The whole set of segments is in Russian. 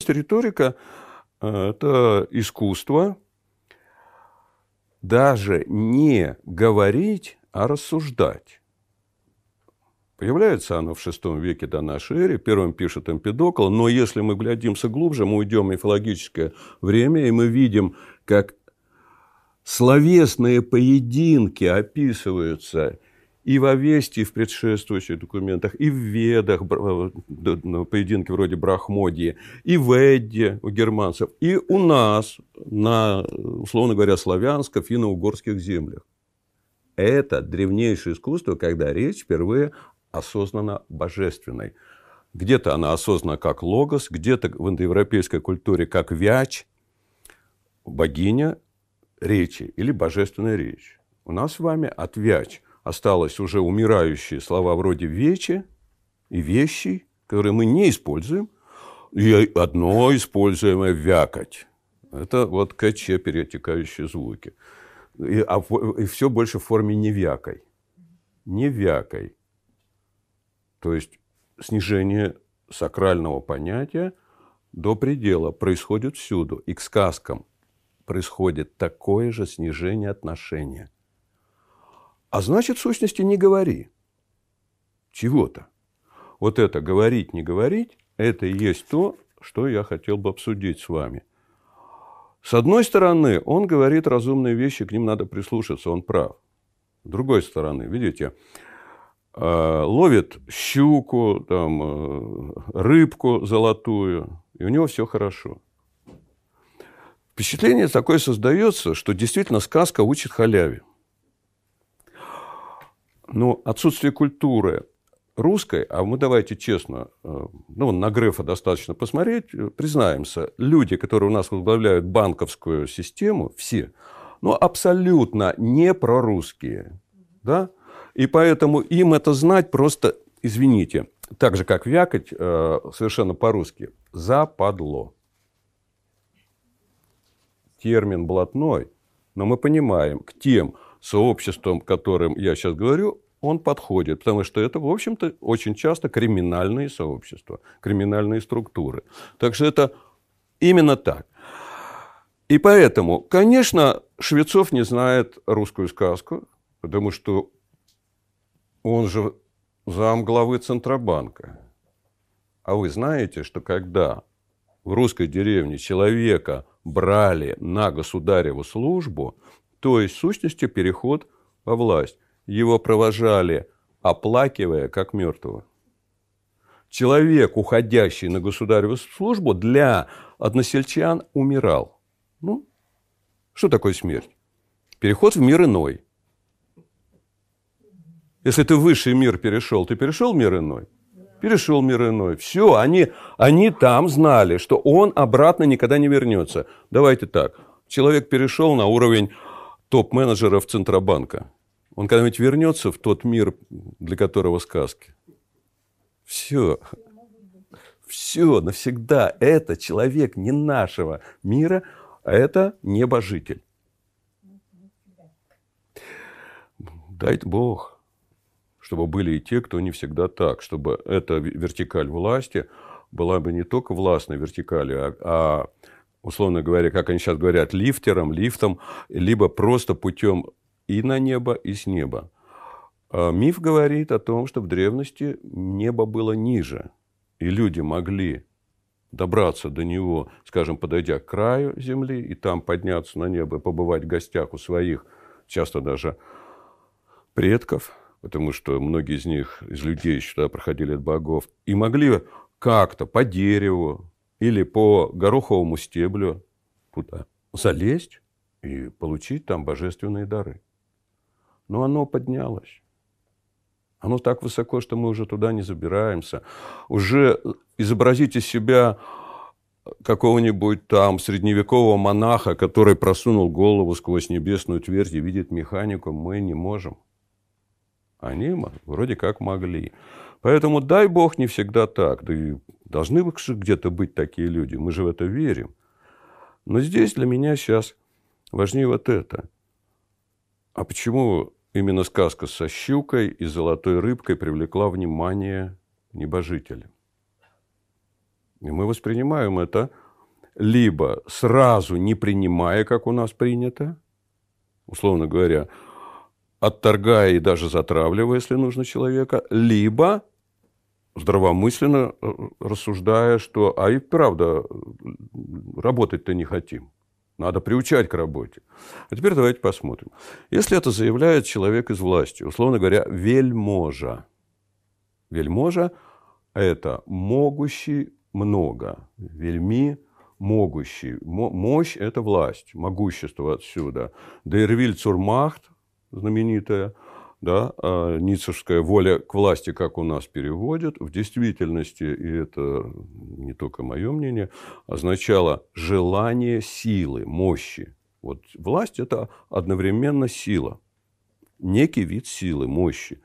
Риторика – это искусство даже не говорить, а рассуждать. Появляется оно в VI веке до нашей эры, первым пишет Эмпидокл, но если мы глядимся глубже, мы уйдем в мифологическое время, и мы видим, как словесные поединки описываются и в Авесте, и в предшествующих документах, и в Ведах, поединки вроде Брахмодии, и в Эдде у германцев, и у нас на, условно говоря, славянско-финно-угорских землях. Это древнейшее искусство, когда речь впервые осознанно божественной. Где-то она осознана как логос, где-то в индоевропейской культуре как вяч, богиня речи или божественная речь. У нас с вами от вяч осталось уже умирающие слова вроде вечи и вещи, которые мы не используем, и одно используемое вякать. Это вот КЧ, перетекающие звуки. И все больше в форме не вякай. Не вякай. То есть снижение сакрального понятия до предела происходит всюду. И к сказкам происходит такое же снижение отношения. А значит, в сущности, не говори чего-то. Вот это говорить, не говорить, это и есть то, что я хотел бы обсудить с вами. С одной стороны, он говорит разумные вещи, к ним надо прислушаться, он прав. С другой стороны, видите, ловит щуку, там, рыбку золотую, и у него все хорошо. Впечатление такое создается, что действительно сказка учит халяве. Но отсутствие культуры русской, а мы давайте честно, на Грефа достаточно посмотреть, признаемся, люди, которые у нас возглавляют банковскую систему, все, абсолютно не прорусские, да? И поэтому им это знать просто, извините, так же, как вякать, совершенно по-русски, западло. Термин блатной, но мы понимаем, к тем сообществам, к которым я сейчас говорю, он подходит, потому что это, в общем-то, очень часто криминальные сообщества, криминальные структуры. Так что это именно так. И поэтому, конечно, Швецов не знает русскую сказку, потому что он же замглавы Центробанка. А вы знаете, что когда в русской деревне человека брали на государеву службу, то есть, в сущности, переход во власть. Его провожали, оплакивая, как мертвого. Человек, уходящий на государеву службу, для односельчан умирал. Что такое смерть? Переход в мир иной. Если ты в высший мир перешел, ты перешел в мир иной? Перешел в мир иной. Все, они там знали, что он обратно никогда не вернется. Давайте так. Человек перешел на уровень топ-менеджеров Центробанка. Он когда-нибудь вернется в тот мир, для которого сказки? Все. Все, навсегда. Это человек не нашего мира, а это небожитель. Дай Бог, чтобы были и те, кто не всегда так, чтобы эта вертикаль власти была бы не только властной вертикалью, а условно говоря, как они сейчас говорят, лифтом, либо просто путем и на небо, и с неба. Миф говорит о том, что в древности небо было ниже, и люди могли добраться до него, скажем, подойдя к краю земли, и там подняться на небо, побывать в гостях у своих, часто даже предков, потому что многие из них, из людей, сюда проходили от богов, и могли как-то по дереву или по гороховому стеблю туда залезть и получить там божественные дары. Но оно поднялось. Оно так высоко, что мы уже туда не забираемся. Уже изобразите себя какого-нибудь там средневекового монаха, который просунул голову сквозь небесную твердь и видит механику, мы не можем. Они вроде как могли. Поэтому, дай Бог, не всегда так. Да и должны где-то быть такие люди. Мы же в это верим. Но здесь для меня сейчас важнее вот это. А почему именно сказка со щукой и золотой рыбкой привлекла внимание небожителя? И мы воспринимаем это либо сразу не принимая, как у нас принято, условно говоря, отторгая и даже затравливая, если нужно, человека, либо здравомысленно рассуждая, что и правда работать-то не хотим. Надо приучать к работе. А теперь давайте посмотрим. Если это заявляет человек из власти, условно говоря, вельможа. Вельможа – это могущий много. Вельми – могущий. Мощь – это власть, могущество отсюда. Дейрвиль Цурмахт, знаменитая, да, ницшевская воля к власти, как у нас переводят, в действительности, и это не только мое мнение, означало желание силы, мощи. Вот власть – это одновременно сила, некий вид силы, мощи.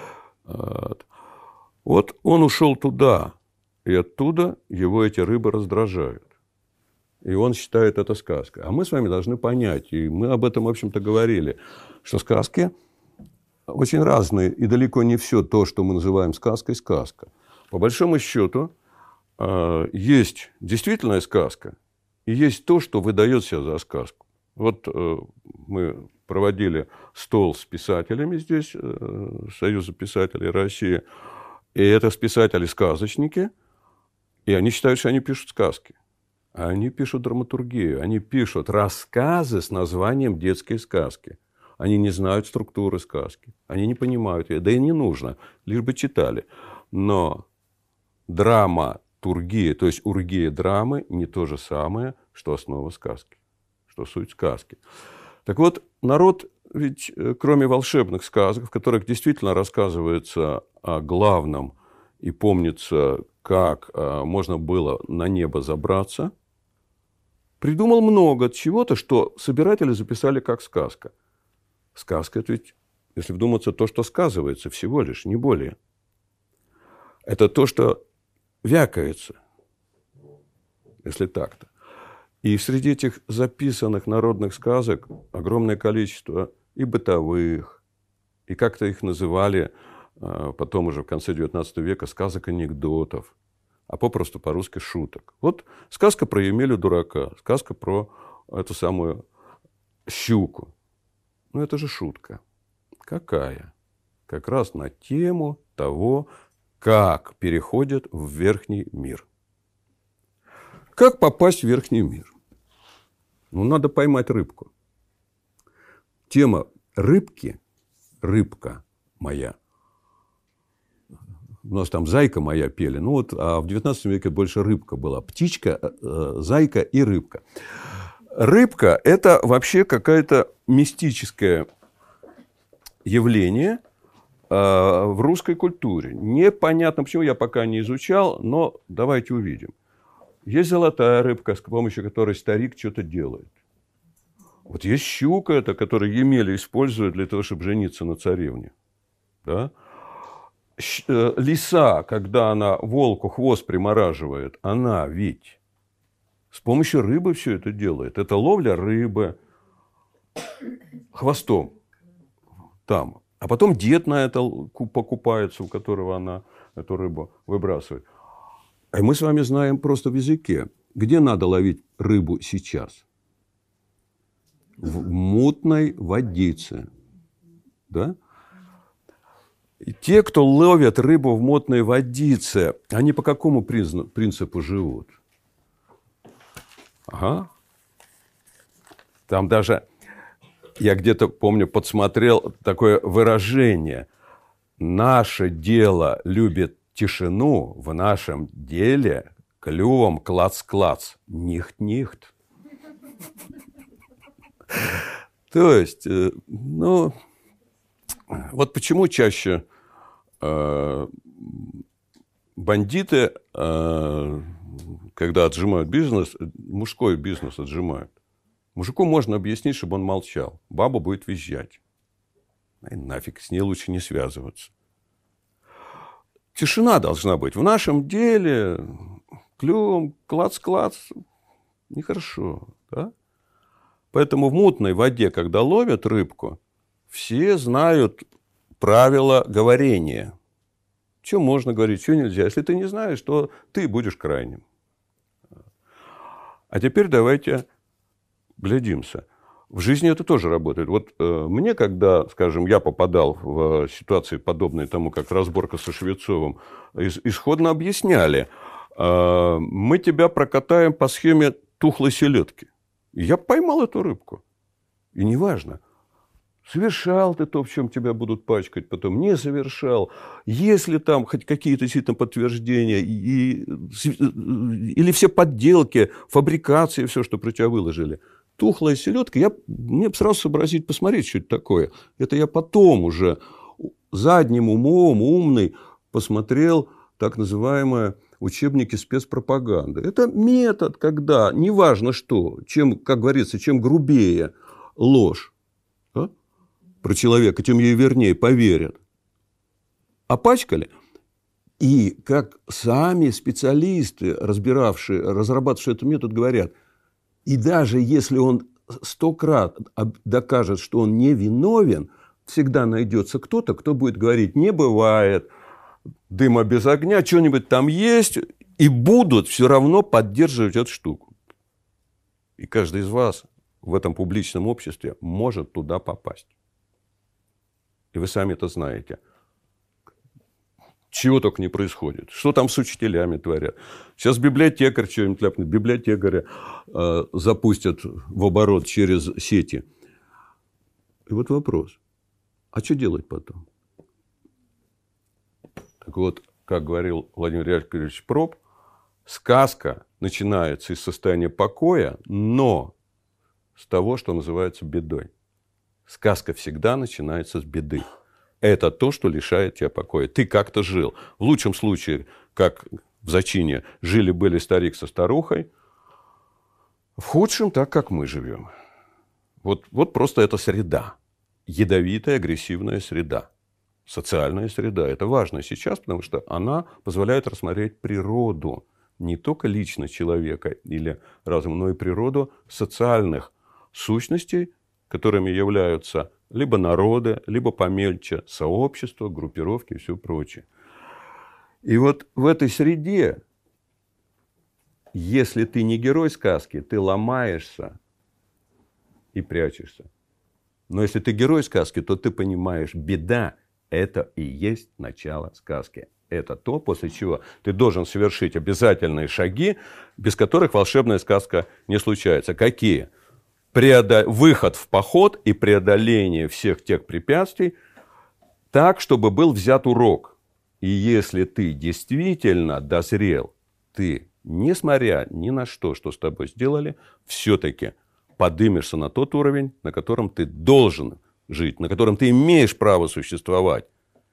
Вот он ушел туда, и оттуда его эти рыбы раздражают. И он считает это сказкой. А мы с вами должны понять, и мы об этом, в общем-то, говорили, что сказки очень разные, и далеко не все то, что мы называем сказкой, сказка. По большому счету, есть действительная сказка, и есть то, что выдает себя за сказку. Вот мы проводили стол с писателями здесь, Союза писателей России, и это писатели-сказочники, и они считают, что они пишут сказки. А они пишут драматургию, они пишут рассказы с названием детской сказки. Они не знают структуры сказки, они не понимают ее, да и не нужно, лишь бы читали. Но драматургия, то есть ургия драмы, не то же самое, что основа сказки, что суть сказки. Так вот, народ ведь, кроме волшебных сказок, в которых действительно рассказывается о главном и помнится, как можно было на небо забраться, придумал много чего-то, что собиратели записали как сказка. Сказка – это ведь, если вдуматься, то, что сказывается всего лишь, не более. Это то, что вякается, если так-то. И среди этих записанных народных сказок огромное количество и бытовых, и как-то их называли потом уже в конце XIX века сказок-анекдотов, а попросту по-русски шуток. Вот сказка про Емелю дурака, сказка про эту самую щуку. Ну, это же шутка. Какая? Как раз на тему того, как переходят в верхний мир. Как попасть в верхний мир? Ну, надо поймать рыбку. Тема рыбки, рыбка моя. У нас там зайка моя пели. Ну, вот, а в XIX веке больше рыбка была. Птичка, зайка и рыбка. Рыбка – это вообще какое-то мистическое явление в русской культуре. Непонятно, почему, я пока не изучал, но давайте увидим. Есть золотая рыбка, с помощью которой старик что-то делает. Вот есть щука, это, которую Емеля использует для того, чтобы жениться на царевне. Да? Лиса, когда она волку хвост примораживает, она ведь с помощью рыбы все это делает. Это ловля рыбы хвостом там. А потом дед на это покупается, у которого она эту рыбу выбрасывает. А мы с вами знаем просто в языке, где надо ловить рыбу сейчас. В мутной водице. Да? И те, кто ловят рыбу в мутной водице, они по какому принципу живут? Ага. Там даже, я где-то, помню, подсмотрел такое выражение. Наше дело любит тишину, в нашем деле клювом клац-клац, нихт-нихт. То есть, ну, вот почему чаще бандиты, когда отжимают бизнес, мужской бизнес отжимают. Мужику можно объяснить, чтобы он молчал. Баба будет визжать. И нафиг, с ней лучше не связываться. Тишина должна быть. В нашем деле клювом, клац-клац, нехорошо. Да? Поэтому в мутной воде, когда ловят рыбку, все знают правила говорения. Что можно говорить, что нельзя. Если ты не знаешь, то ты будешь крайним. А теперь давайте глядимся. В жизни это тоже работает. Вот мне, когда, скажем, я попадал в ситуации, подобные тому, как разборка со Швецовым, исходно объясняли, мы тебя прокатаем по схеме тухлой селедки. И я поймал эту рыбку. И неважно, совершал ты то, в чем тебя будут пачкать, потом не совершал. Если там хоть какие-то действительно подтверждения, или все подделки, фабрикации, все, что про тебя выложили. Тухлая селедка, мне сразу сообразить, посмотреть, что это такое. Это я потом уже задним умом, умный, посмотрел так называемые учебники спецпропаганды. Это метод, когда неважно что, чем, как говорится, чем грубее ложь про человека, тем ей вернее поверят. Опачкали. И как сами специалисты, разрабатывавшие этот метод, говорят, и даже если он 100 крат докажет, что он не виновен, всегда найдется кто-то, кто будет говорить, не бывает дыма без огня, что-нибудь там есть, и будут все равно поддерживать эту штуку. И каждый из вас в этом публичном обществе может туда попасть. И вы сами это знаете. Чего только не происходит. Что там с учителями творят. Сейчас библиотекарь что-нибудь ляпнет. Библиотекаря запустят в оборот через сети. И вот вопрос. А что делать потом? Так вот, как говорил Владимир Яковлевич Проб, сказка начинается из состояния покоя, но с того, что называется бедой. Сказка всегда начинается с беды. Это то, что лишает тебя покоя. Ты как-то жил. В лучшем случае, как в зачине, жили-были старик со старухой. В худшем, так как мы живем. Вот просто это среда. Ядовитая, агрессивная среда. Социальная среда. Это важно сейчас, потому что она позволяет рассмотреть природу. Не только личность человека или разум, но и природу социальных сущностей, которыми являются либо народы, либо помельче сообщества, группировки и все прочее. И вот в этой среде, если ты не герой сказки, ты ломаешься и прячешься. Но если ты герой сказки, то ты понимаешь, беда – это и есть начало сказки. Это то, после чего ты должен совершить обязательные шаги, без которых волшебная сказка не случается. Какие? Выход в поход и преодоление всех тех препятствий так, чтобы был взят урок. И если ты действительно дозрел, ты, несмотря ни на что, что с тобой сделали, все-таки поднимешься на тот уровень, на котором ты должен жить, на котором ты имеешь право существовать.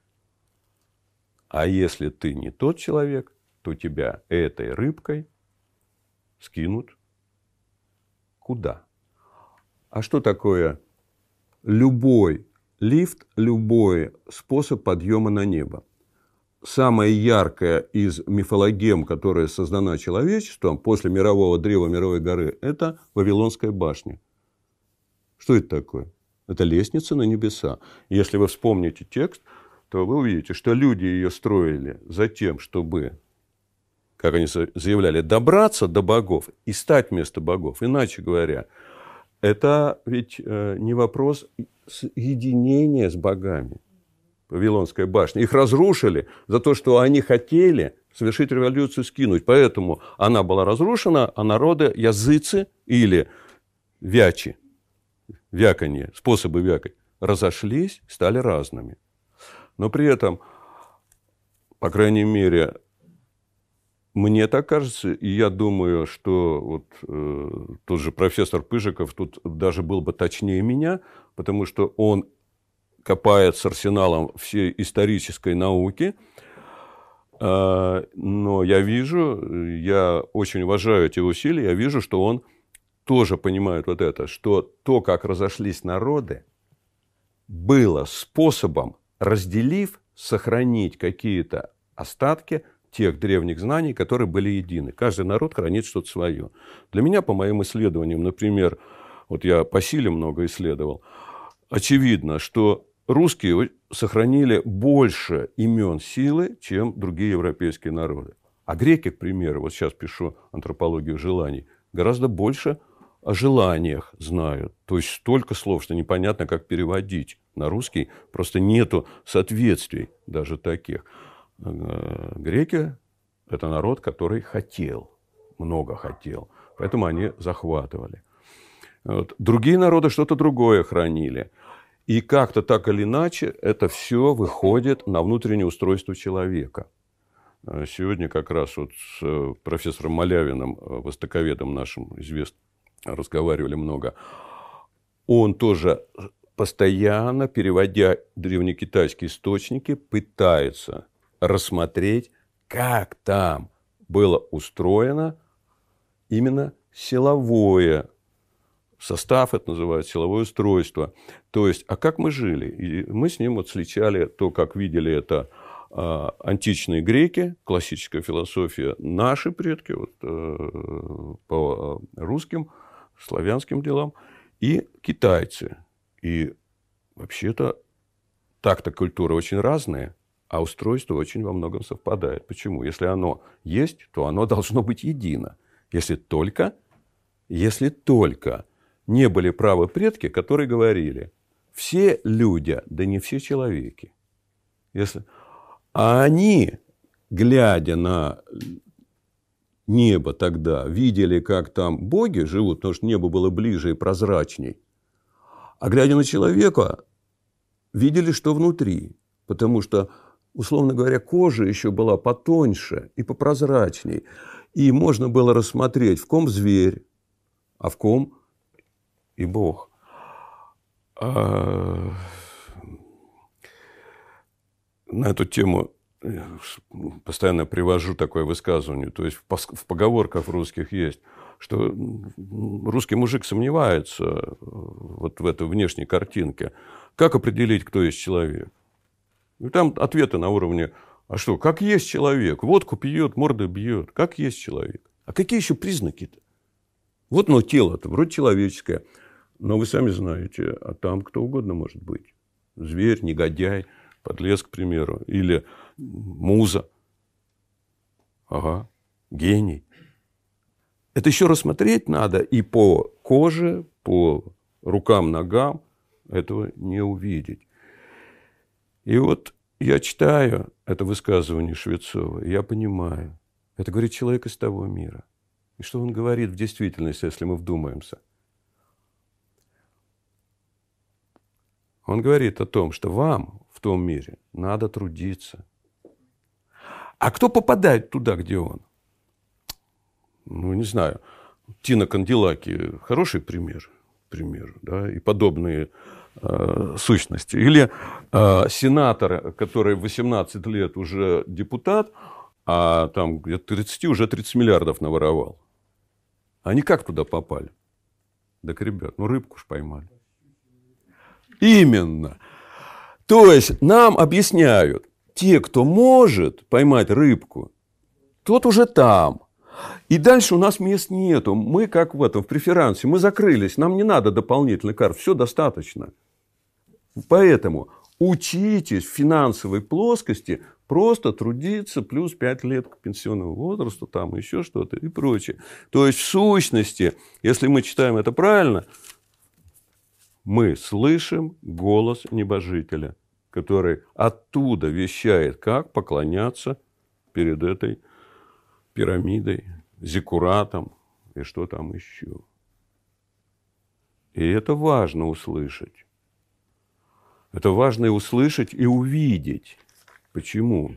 А если ты не тот человек, то тебя этой рыбкой скинут куда? А что такое любой лифт, любой способ подъема на небо? Самая яркая из мифологем, которая создана человечеством после мирового древа, мировой горы, это Вавилонская башня. Что это такое? Это лестница на небеса. Если вы вспомните текст, то вы увидите, что люди ее строили за тем, чтобы, как они заявляли, добраться до богов и стать вместо богов. Иначе говоря, это ведь не вопрос единения с богами. Вавилонская башня. Их разрушили за то, что они хотели совершить революцию, скинуть. Поэтому она была разрушена, а народы, языцы или вячи, вяканье, способы вякать, разошлись, стали разными. Но при этом, по крайней мере, мне так кажется, и я думаю, что вот тот же профессор Пыжиков тут даже был бы точнее меня, потому что он копает с арсеналом всей исторической науки. Но я вижу, я очень уважаю эти усилия, я вижу, что он тоже понимает вот это, что то, как разошлись народы, было способом, разделив, сохранить какие-то остатки тех древних знаний, которые были едины. Каждый народ хранит что-то свое. Для меня, по моим исследованиям, например, вот я по силе много исследовал, очевидно, что русские сохранили больше имен силы, чем другие европейские народы. А греки, к примеру, вот сейчас пишу антропологию желаний, гораздо больше о желаниях знают. То есть столько слов, что непонятно, как переводить на русский. Просто нету соответствий даже таких. Греки – это народ, который хотел, много хотел. Поэтому они захватывали. Вот. Другие народы что-то другое хранили. И как-то так или иначе это все выходит на внутреннее устройство человека. Сегодня как раз вот с профессором Малявиным, востоковедом нашим известным, разговаривали много. Он тоже постоянно, переводя древнекитайские источники, пытается рассмотреть, как там было устроено именно силовое состав, это называется силовое устройство. То есть, а как мы жили? И мы с ним вот сличали то, как видели это античные греки, классическая философия, наши предки вот, по русским, славянским делам, и китайцы. И вообще-то так-то культуры очень разные, а устройство очень во многом совпадает. Почему? Если оно есть, то оно должно быть едино. Если только не были правы предки, которые говорили: все люди, да не все человеки. А они, глядя на небо тогда, видели, как там боги живут, потому что небо было ближе и прозрачней. А глядя на человека, видели, что внутри. Потому что, условно говоря, кожа еще была потоньше и попрозрачней. И можно было рассмотреть, в ком зверь, а в ком и Бог. На эту тему постоянно привожу такое высказывание. То есть в поговорках русских есть, что русский мужик сомневается вот в этой внешней картинке. Как определить, кто есть человек? И там ответы на уровне: а что, как есть человек? Водку пьет, мордой бьет. Как есть человек? А какие еще признаки-то? Вот, но тело-то вроде человеческое. Но вы сами знаете, а там кто угодно может быть. Зверь, негодяй, подлец, к примеру. Или муза. Ага, гений. Это еще рассмотреть надо. И по коже, по рукам, ногам этого не увидеть. И вот я читаю это высказывание Швецова, и я понимаю. Это говорит человек из того мира. И что он говорит в действительности, если мы вдумаемся? Он говорит о том, что вам в том мире надо трудиться. А кто попадает туда, где он? Ну, не знаю. Тина Канделаки – хороший пример, да, и подобные сущности. Или сенатор, который в 18 лет уже депутат, а там где-то 30 уже 30 миллиардов наворовал. Они как туда попали? Так, ребят, ну рыбку ж поймали. Именно. То есть нам объясняют, те, кто может поймать рыбку, тот уже там. И дальше у нас мест нету. Мы как в этом, в преферансе, мы закрылись, нам не надо дополнительных карт, все достаточно. Поэтому учитесь в финансовой плоскости просто трудиться плюс 5 лет к пенсионному возрасту, там еще что-то и прочее. То есть в сущности, если мы читаем это правильно, мы слышим голос небожителя, который оттуда вещает, как поклоняться перед этой пирамидой, зиккуратом и что там еще. И это важно услышать. Это важно и услышать, и увидеть. Почему?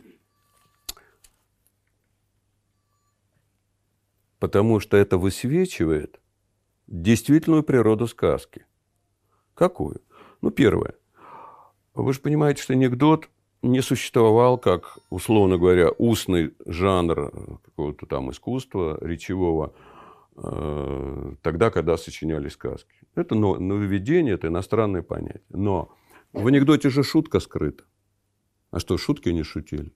Потому что это высвечивает действительную природу сказки. Какую? Ну, первое. Вы же понимаете, что анекдот не существовал как, условно говоря, устный жанр какого-то там искусства речевого тогда, когда сочиняли сказки. Это нововведение, это иностранное понятие. Но в анекдоте же шутка скрыта. А что, шутки не шутили?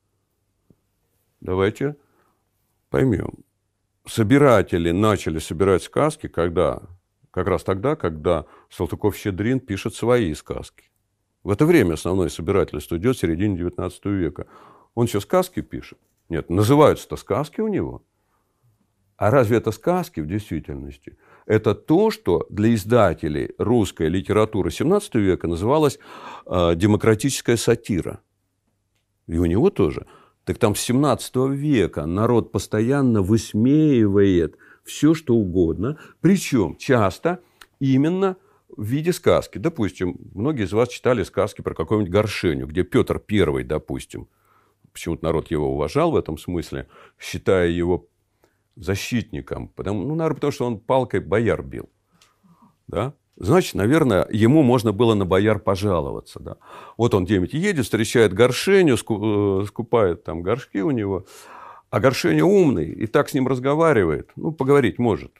Давайте поймем. Собиратели начали собирать сказки, когда? Как раз тогда, когда Салтыков-Щедрин пишет свои сказки. В это время основное собирательство идет в середине 19 века. Он еще сказки пишет? Нет, называются-то сказки у него. А разве это сказки в действительности? Это то, что для издателей русской литературы XVII века называлось демократическая сатира. И у него тоже. Так там с XVII века народ постоянно высмеивает все, что угодно, причем часто именно в виде сказки. Допустим, многие из вас читали сказки про какую-нибудь Горшеню, где Петр I, допустим, почему-то народ его уважал в этом смысле, считая его защитником, наверное, потому что он палкой бояр бил. Да? Значит, наверное, ему можно было на бояр пожаловаться. Да? Вот он где-нибудь едет, встречает Горшеню, скупает там горшки у него, а Горшеня умный и так с ним разговаривает, поговорить может,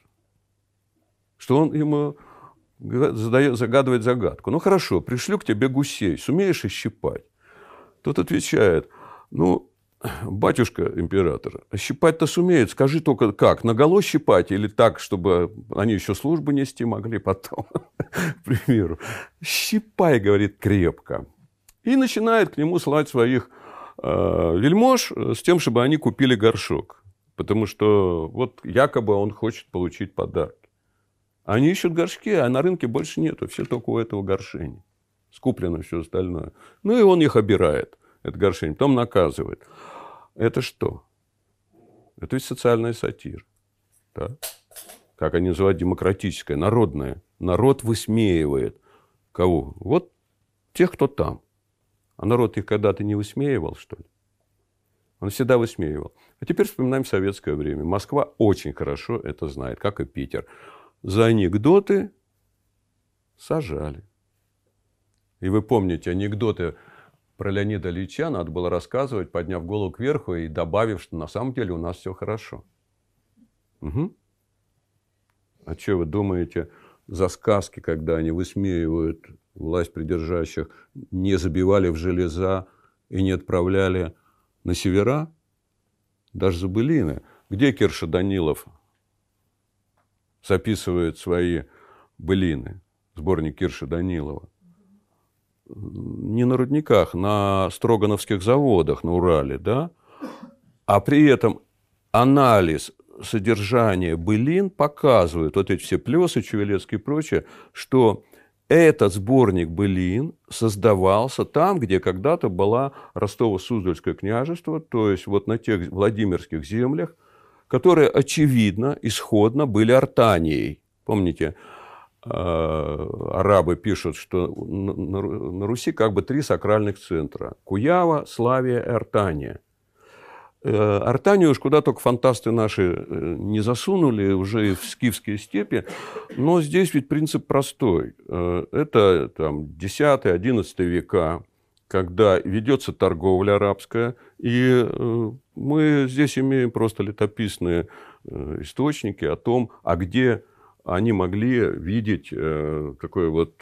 что он ему загадывает загадку. Хорошо, пришлю к тебе гусей, сумеешь ощипать? Тот отвечает, батюшка император, щипать-то сумеет, скажи только как, наголо щипать или так, чтобы они еще службу нести могли потом, к примеру. Щипай, говорит, крепко. И начинает к нему слать своих вельмож с тем, чтобы они купили горшок. Потому что вот якобы он хочет получить подарок. Они ищут горшки, а на рынке больше нету, все только у этого Горшени. Скуплено все остальное. И он их обирает. Это Горшень, потом наказывает. Это что? Это ведь социальная сатира. Да? Как они называют, демократическая, народная. Народ высмеивает. Кого? Вот тех, кто там. А народ их когда-то не высмеивал, что ли? Он всегда высмеивал. А теперь вспоминаем советское время. Москва очень хорошо это знает, как и Питер. За анекдоты сажали. И вы помните анекдоты про Леонида Ильича надо было рассказывать, подняв голову кверху и добавив, что на самом деле у нас все хорошо. Угу. А что вы думаете, за сказки, когда они высмеивают власть придержащих, не забивали в железа и не отправляли на севера? Даже за былины. Где Кирша Данилов записывает свои былины? Сборник Кирши Данилова. Не на рудниках, на Строгановских заводах на Урале, да? А при этом анализ содержания былин показывает, вот эти все Плёсы, Чевелецкий и прочее, что этот сборник былин создавался там, где когда-то было Ростово-Суздальское княжество, то есть вот на тех Владимирских землях, которые, очевидно, исходно были Артанией. Помните, арабы пишут, что на Руси как бы 3 сакральных центра. Куява, Славия и Артания. Артанию уж куда только фантасты наши не засунули, уже и в скифские степи. Но здесь ведь принцип простой. Это там 10-11 века, когда ведется торговля арабская. И мы здесь имеем просто летописные источники о том, а где они могли видеть такое вот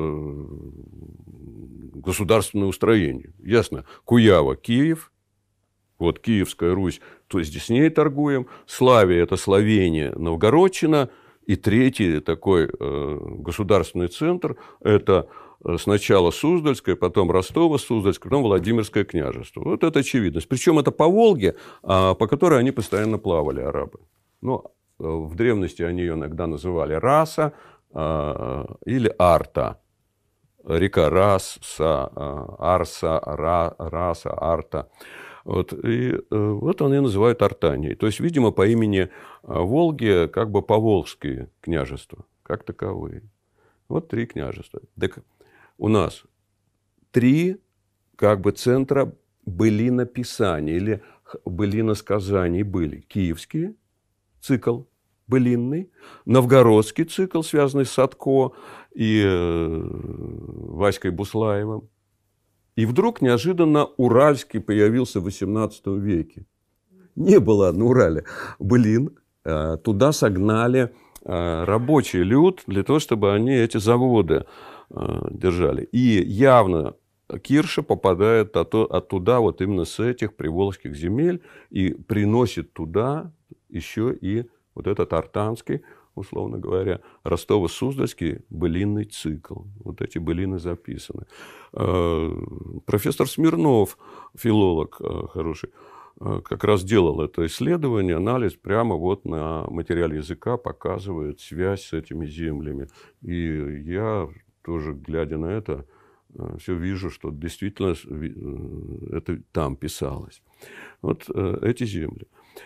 государственное устроение. Ясно, Куява – Киев, вот Киевская Русь, то есть с ней торгуем. Славия – это Словения, Новгородчина. И третий такой государственный центр – это сначала Суздальское, потом Ростово-Суздальское, потом Владимирское княжество. Вот это очевидность. Причем это по Волге, по которой они постоянно плавали, арабы. В древности они ее иногда называли Раса или Арта. Река Раса, Арса, Раса, Арта. Вот. И вот они называют Артанией. То есть, видимо, по имени Волги как бы поволжские княжества, как таковые. Вот 3 княжества. Так у нас 3 как бы центра былинописания или былиносказаний были. Киевские, цикл былинный, новгородский цикл, связанный с Садко и Васькой Буслаевым. И вдруг неожиданно уральский появился в XVIII веке. Не было на Урале былин. Туда согнали рабочий люд для того, чтобы они эти заводы держали. И явно Кирша попадает оттуда, вот именно с этих приволжских земель, и приносит туда еще и вот этот артанский, условно говоря, Ростово-Суздальский былинный цикл. Вот эти былины записаны. Профессор Смирнов, филолог хороший, как раз делал это исследование, анализ прямо вот на материале языка показывает связь с этими землями. И я тоже, глядя на это, все вижу, что действительно это там писалось. Вот эти земли.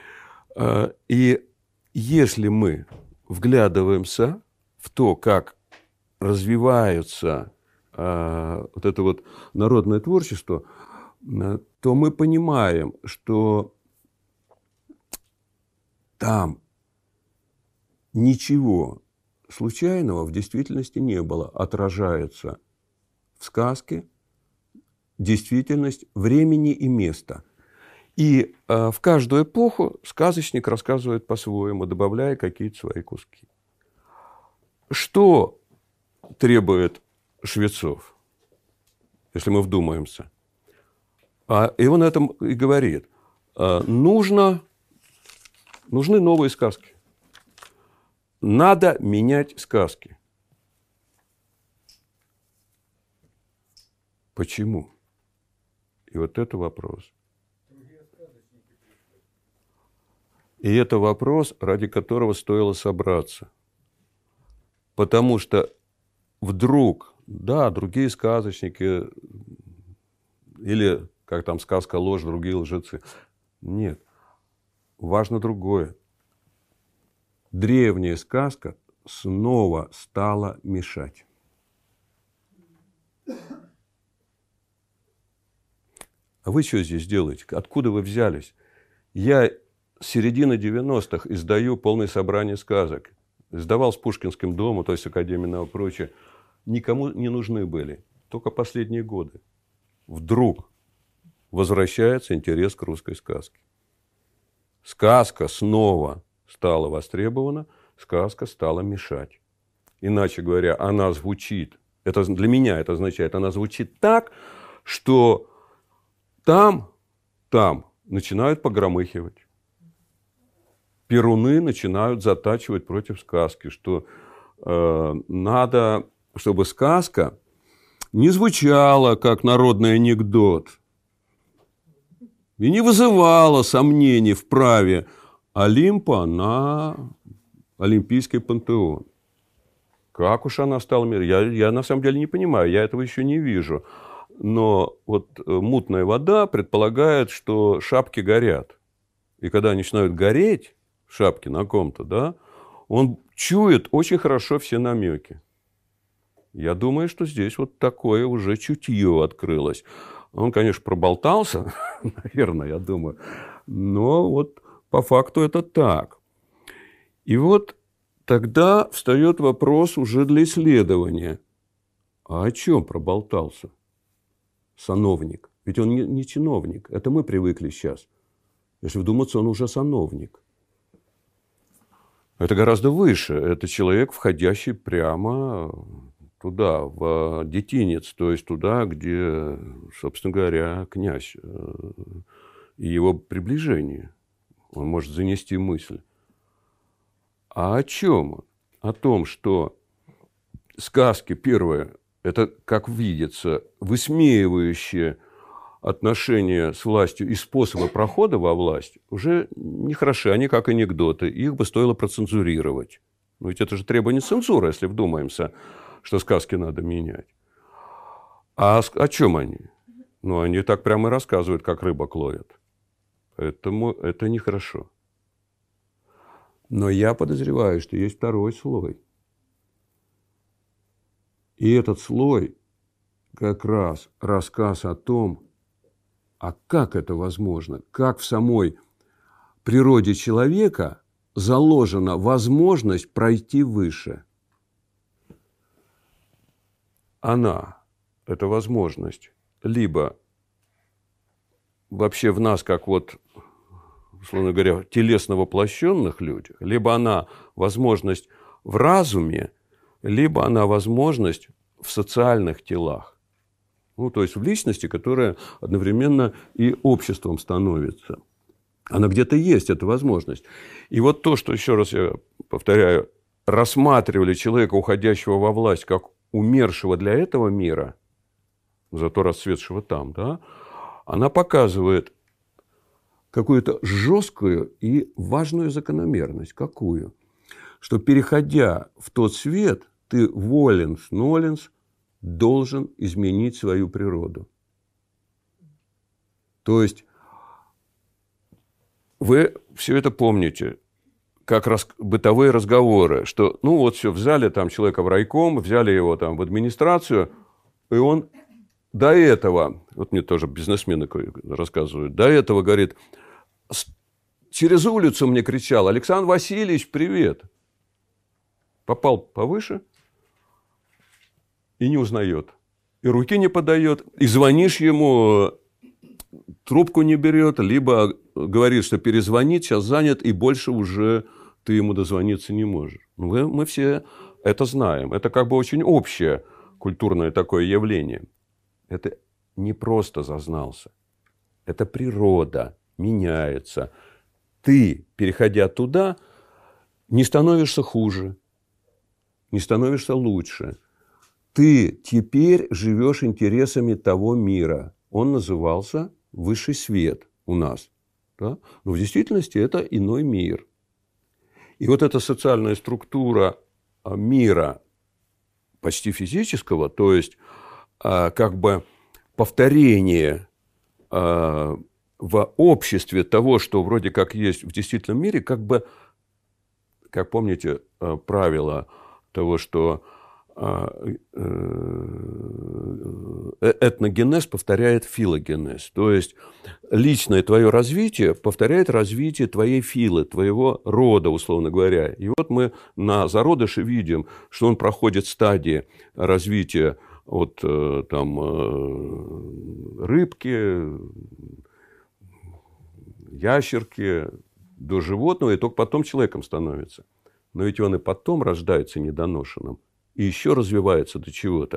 И если мы вглядываемся в то, как развивается вот это вот народное творчество, то мы понимаем, что там ничего случайного в действительности не было. Отражается в сказке действительность времени и места. И в каждую эпоху сказочник рассказывает по-своему, добавляя какие-то свои куски. Что требует Швецов, если мы вдумаемся? И он этом и говорит. Нужны новые сказки. Надо менять сказки. Почему? И вот это вопрос. И это вопрос, ради которого стоило собраться. Потому что вдруг, да, другие сказочники, или, как там сказка «Ложь», другие лжецы. Нет. Важно другое. Древняя сказка снова стала мешать. А вы что здесь делаете? Откуда вы взялись? Я с середины 90-х издаю полное собрание сказок. Издавал с Пушкинским домом, то есть Академией наук и прочее. Никому не нужны были. Только последние годы. Вдруг возвращается интерес к русской сказке. Сказка снова стала востребована, сказка стала мешать. Иначе говоря, она звучит, это для меня это означает, она звучит так, что там начинают погромыхивать. Перуны начинают затачивать против сказки, что надо, чтобы сказка не звучала как народный анекдот и не вызывала сомнений в праве Олимпа на Олимпийский пантеон. Как уж она стала мирной? Я на самом деле не понимаю, я этого еще не вижу. Но вот мутная вода предполагает, что шапки горят. И когда они начинают гореть, шапки на ком-то, да, он чует очень хорошо все намеки. Я думаю, что здесь вот такое уже чутье открылось. Он, конечно, проболтался, наверное, я думаю, но вот по факту это так. И вот тогда встает вопрос уже для исследования. А о чем проболтался сановник? Ведь он не чиновник. Это мы привыкли сейчас. Если вдуматься, он уже сановник. Это гораздо выше. Это человек, входящий прямо туда, в детинец, то есть туда, где, собственно говоря, князь и его приближение. Он может занести мысль. А о чем? О том, что сказки, первое, это, как видится, высмеивающие отношения с властью и способы прохода во власть, уже не хороши. Они как анекдоты. Их бы стоило процензурировать. Но ведь это же требование цензуры, если вдумаемся, что сказки надо менять. А о чем они? Ну, они так прямо и рассказывают, как рыбок ловят. Поэтому это нехорошо. Но я подозреваю, что есть второй слой. И этот слой как раз рассказ о том, а как это возможно, как в самой природе человека заложена возможность пройти выше. Она, эта возможность, либо вообще в нас, как вот, условно говоря, телесно воплощенных людях, либо она возможность в разуме, либо она возможность в социальных телах. Ну, то есть в личности, которая одновременно и обществом становится. Она где-то есть, эта возможность. И вот то, что, еще раз я повторяю, рассматривали человека, уходящего во власть, как умершего для этого мира, зато расцветшего там, да, она показывает какую-то жесткую и важную закономерность. Какую? Что, переходя в тот свет, ты воленс-ноленс должен изменить свою природу. То есть вы все это помните, как бытовые разговоры, что, ну вот все, взяли там человека в райком, взяли его там в администрацию, и он до этого, вот мне тоже бизнесмены рассказывают, до этого, говорит, через улицу мне кричал: Александр Васильевич, привет. Попал повыше и не узнает. И руки не подает, и звонишь ему, трубку не берет, либо говорит, что перезвонит, сейчас занят, и больше уже ты ему дозвониться не можешь. Мы все это знаем. Это как бы очень общее культурное такое явление. Это не просто зазнался. Это природа меняется. Ты, переходя туда, не становишься хуже, не становишься лучше. Ты теперь живешь интересами того мира. Он назывался высший свет у нас. Да? Но в действительности это иной мир. И вот эта социальная структура мира почти физического, то есть как бы повторение в обществе того, что вроде как есть в действительном мире, как бы, как помните правило того, что этногенез повторяет филогенез. То есть личное твое развитие повторяет развитие твоей филы, твоего рода, условно говоря. И вот мы на зародыше видим, что он проходит стадии развития от там, рыбки, ящерки до животного, и только потом человеком становится. Но ведь он и потом рождается недоношенным. И еще развивается до чего-то.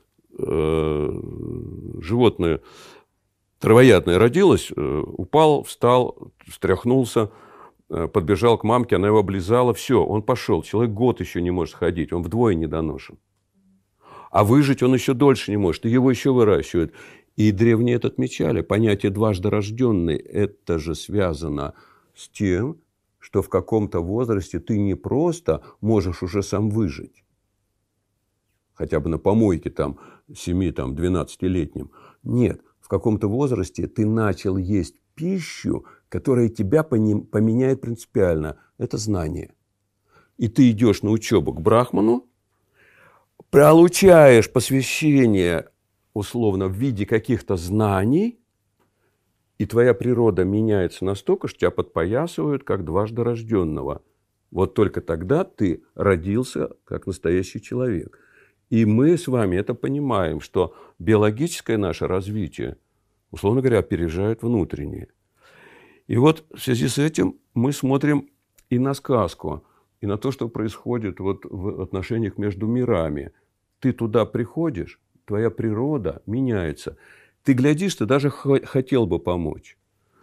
Животное травоядное родилось, упал, встал, встряхнулся, подбежал к мамке, она его облизала, все, он пошел. Человек год еще не может ходить, он вдвое недоношен. А выжить он еще дольше не может, и его еще выращивают. И древние это отмечали. Понятие «дважды рожденный» – это же связано с тем, что в каком-то возрасте ты не просто можешь уже сам выжить, хотя бы на помойке там 7-12-летним. Нет, в каком-то возрасте ты начал есть пищу, которая тебя поменяет принципиально. Это знание. И ты идешь на учебу к брахману, получаешь посвящение, условно, в виде каких-то знаний, и твоя природа меняется настолько, что тебя подпоясывают как дважды рожденного. Вот только тогда ты родился как настоящий человек. И мы с вами это понимаем, что биологическое наше развитие, условно говоря, опережает внутреннее. И вот в связи с этим мы смотрим и на сказку, и на то, что происходит вот в отношениях между мирами. Ты туда приходишь, твоя природа меняется. Ты глядишь, ты даже хотел бы помочь.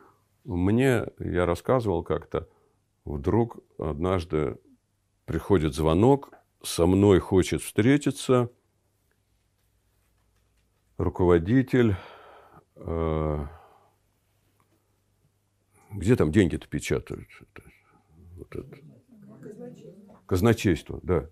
Я рассказывал как-то, вдруг однажды приходит звонок, со мной хочет встретиться руководитель, где там деньги-то печатают? Вот это. Казначейство, да.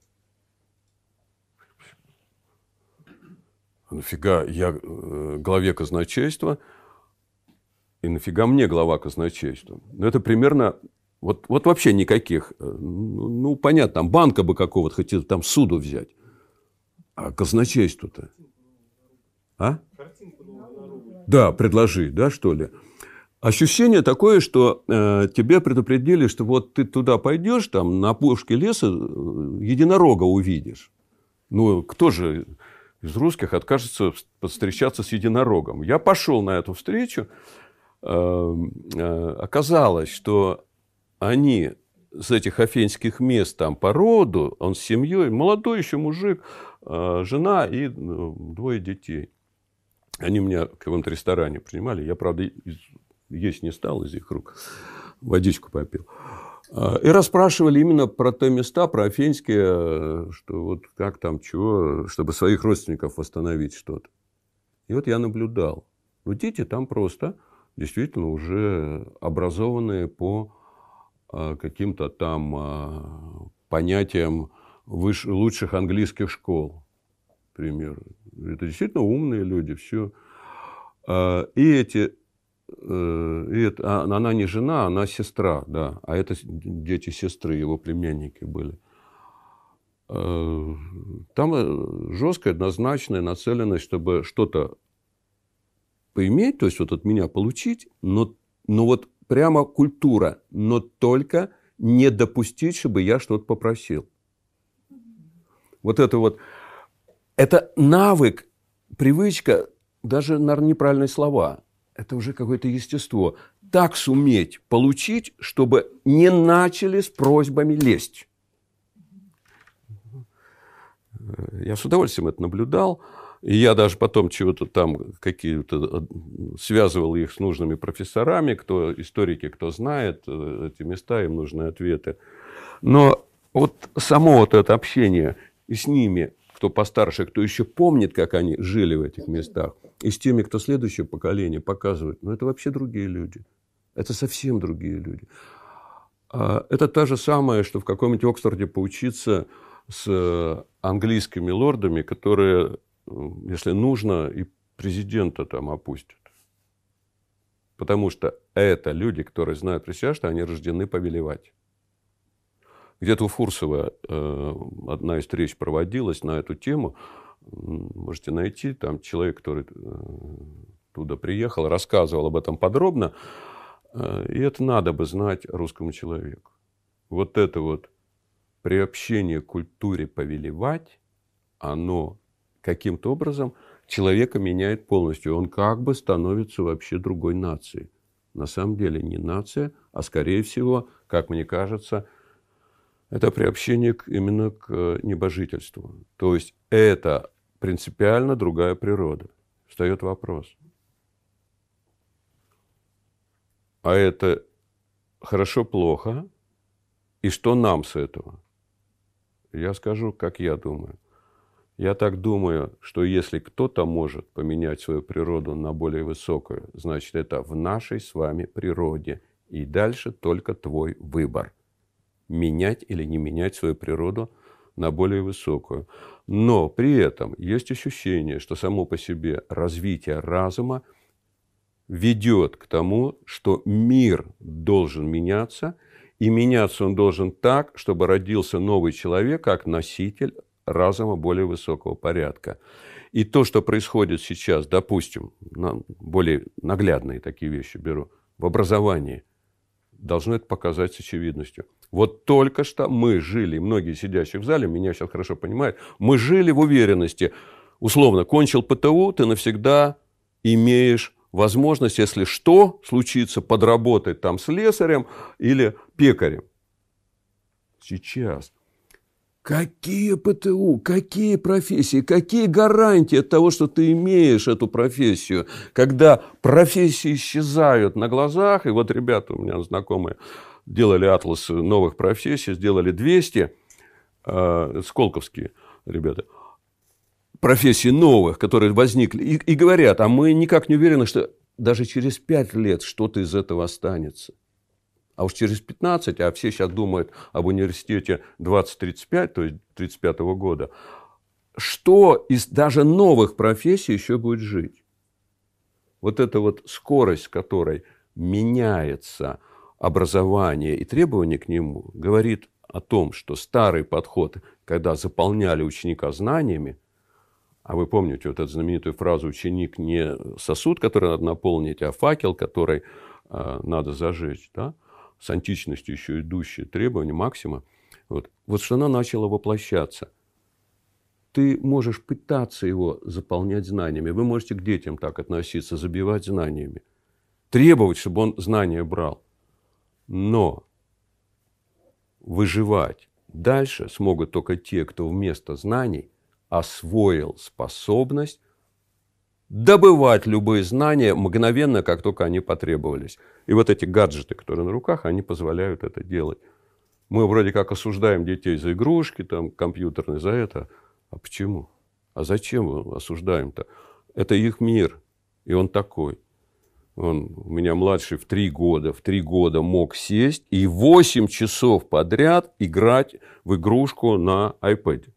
Нафига я главе казначейства, и нафига мне глава казначейства? Ну, это примерно... Вот вообще никаких. Ну, понятно, там банка бы какого-то хотел там суду взять. А казначейство-то? А? Да, предложи, да, что ли? Ощущение такое, что тебе предупредили, что вот ты туда пойдешь, там на опушке леса единорога увидишь. Ну, кто же из русских откажется встречаться с единорогом? Я пошел на эту встречу. Оказалось, что они с этих афинских мест там по роду, он с семьей, молодой еще мужик, жена и 2 детей. Они меня в каком-то ресторане принимали. Я, правда, есть не стал из их рук. Водичку попил. И расспрашивали именно про те места, про афинские, что вот как там, чего, чтобы своих родственников восстановить что-то. И вот я наблюдал. Ну, дети там просто действительно уже образованные по каким-то там понятиям лучших английских школ, к примеру. Это действительно умные люди, все. Она не жена, она сестра, да. А это дети сестры, его племянники были. Там жесткая, однозначная нацеленность, чтобы что-то поиметь, то есть вот от меня получить, но вот прямо культура, но только не допустить, чтобы я что-то попросил. Вот это навык, привычка, даже, наверное, неправильные слова. Это уже какое-то естество. Так суметь получить, чтобы не начали с просьбами лезть. Я с удовольствием это наблюдал. И я даже потом чего-то там какие-то связывал их с нужными профессорами, кто историки, кто знает эти места, им нужны ответы. Но вот само вот это общение и с ними, кто постарше, кто еще помнит, как они жили в этих местах, и с теми, кто следующее поколение показывает, это вообще другие люди. Это совсем другие люди. Это то же самое, что в каком-нибудь Оксфорде поучиться с английскими лордами, которые, если нужно, и президента там опустят. Потому что это люди, которые знают про себя, что они рождены повелевать. Где-то у Фурсова одна из встреч проводилась на эту тему. Можете найти. Там человек, который туда приехал, рассказывал об этом подробно. И это надо бы знать русскому человеку. Вот это вот приобщение к культуре повелевать, оно каким-то образом человека меняет полностью. Он как бы становится вообще другой нацией. На самом деле не нация, а скорее всего, как мне кажется, это приобщение именно к небожительству. То есть это принципиально другая природа. Встает вопрос. А это хорошо-плохо? И что нам с этого? Я скажу, как я думаю. Я так думаю, что если кто-то может поменять свою природу на более высокую, значит, это в нашей с вами природе. И дальше только твой выбор. Менять или не менять свою природу на более высокую. Но при этом есть ощущение, что само по себе развитие разума ведет к тому, что мир должен меняться, и меняться он должен так, чтобы родился новый человек как носитель разума более высокого порядка. И то, что происходит сейчас, допустим, более наглядные такие вещи беру, в образовании, должно это показать с очевидностью. Вот только что мы жили, многие сидящие в зале, меня сейчас хорошо понимают, мы жили в уверенности, условно, кончил ПТУ, ты навсегда имеешь возможность, если что случится, подработать там слесарем или пекарем. Сейчас. Какие ПТУ, какие профессии, какие гарантии от того, что ты имеешь эту профессию, когда профессии исчезают на глазах, и вот ребята у меня знакомые делали атлас новых профессий, сделали 200, сколковские ребята, профессий новых, которые возникли, и говорят, а мы никак не уверены, что даже через 5 лет что-то из этого останется. А уж через 15, а все сейчас думают об университете 2035, то есть 1935 года, что из даже новых профессий еще будет жить? Вот эта вот скорость, с которой меняется образование и требования к нему, говорит о том, что старый подход, когда заполняли ученика знаниями, а вы помните вот эту знаменитую фразу «ученик не сосуд, который надо наполнить, а факел, который надо зажечь», да? С античностью еще идущие требования Максима, вот что она начала воплощаться. Ты можешь пытаться его заполнять знаниями, вы можете к детям так относиться, забивать знаниями, требовать, чтобы он знания брал. Но выживать дальше смогут только те, кто вместо знаний освоил способность добывать любые знания мгновенно, как только они потребовались. И вот эти гаджеты, которые на руках, они позволяют это делать. Мы вроде как осуждаем детей за игрушки, там, компьютерные, за это. А почему? А зачем мы осуждаем-то? Это их мир, и он такой. У меня младший в 3 года мог сесть и 8 часов подряд играть в игрушку на iPad.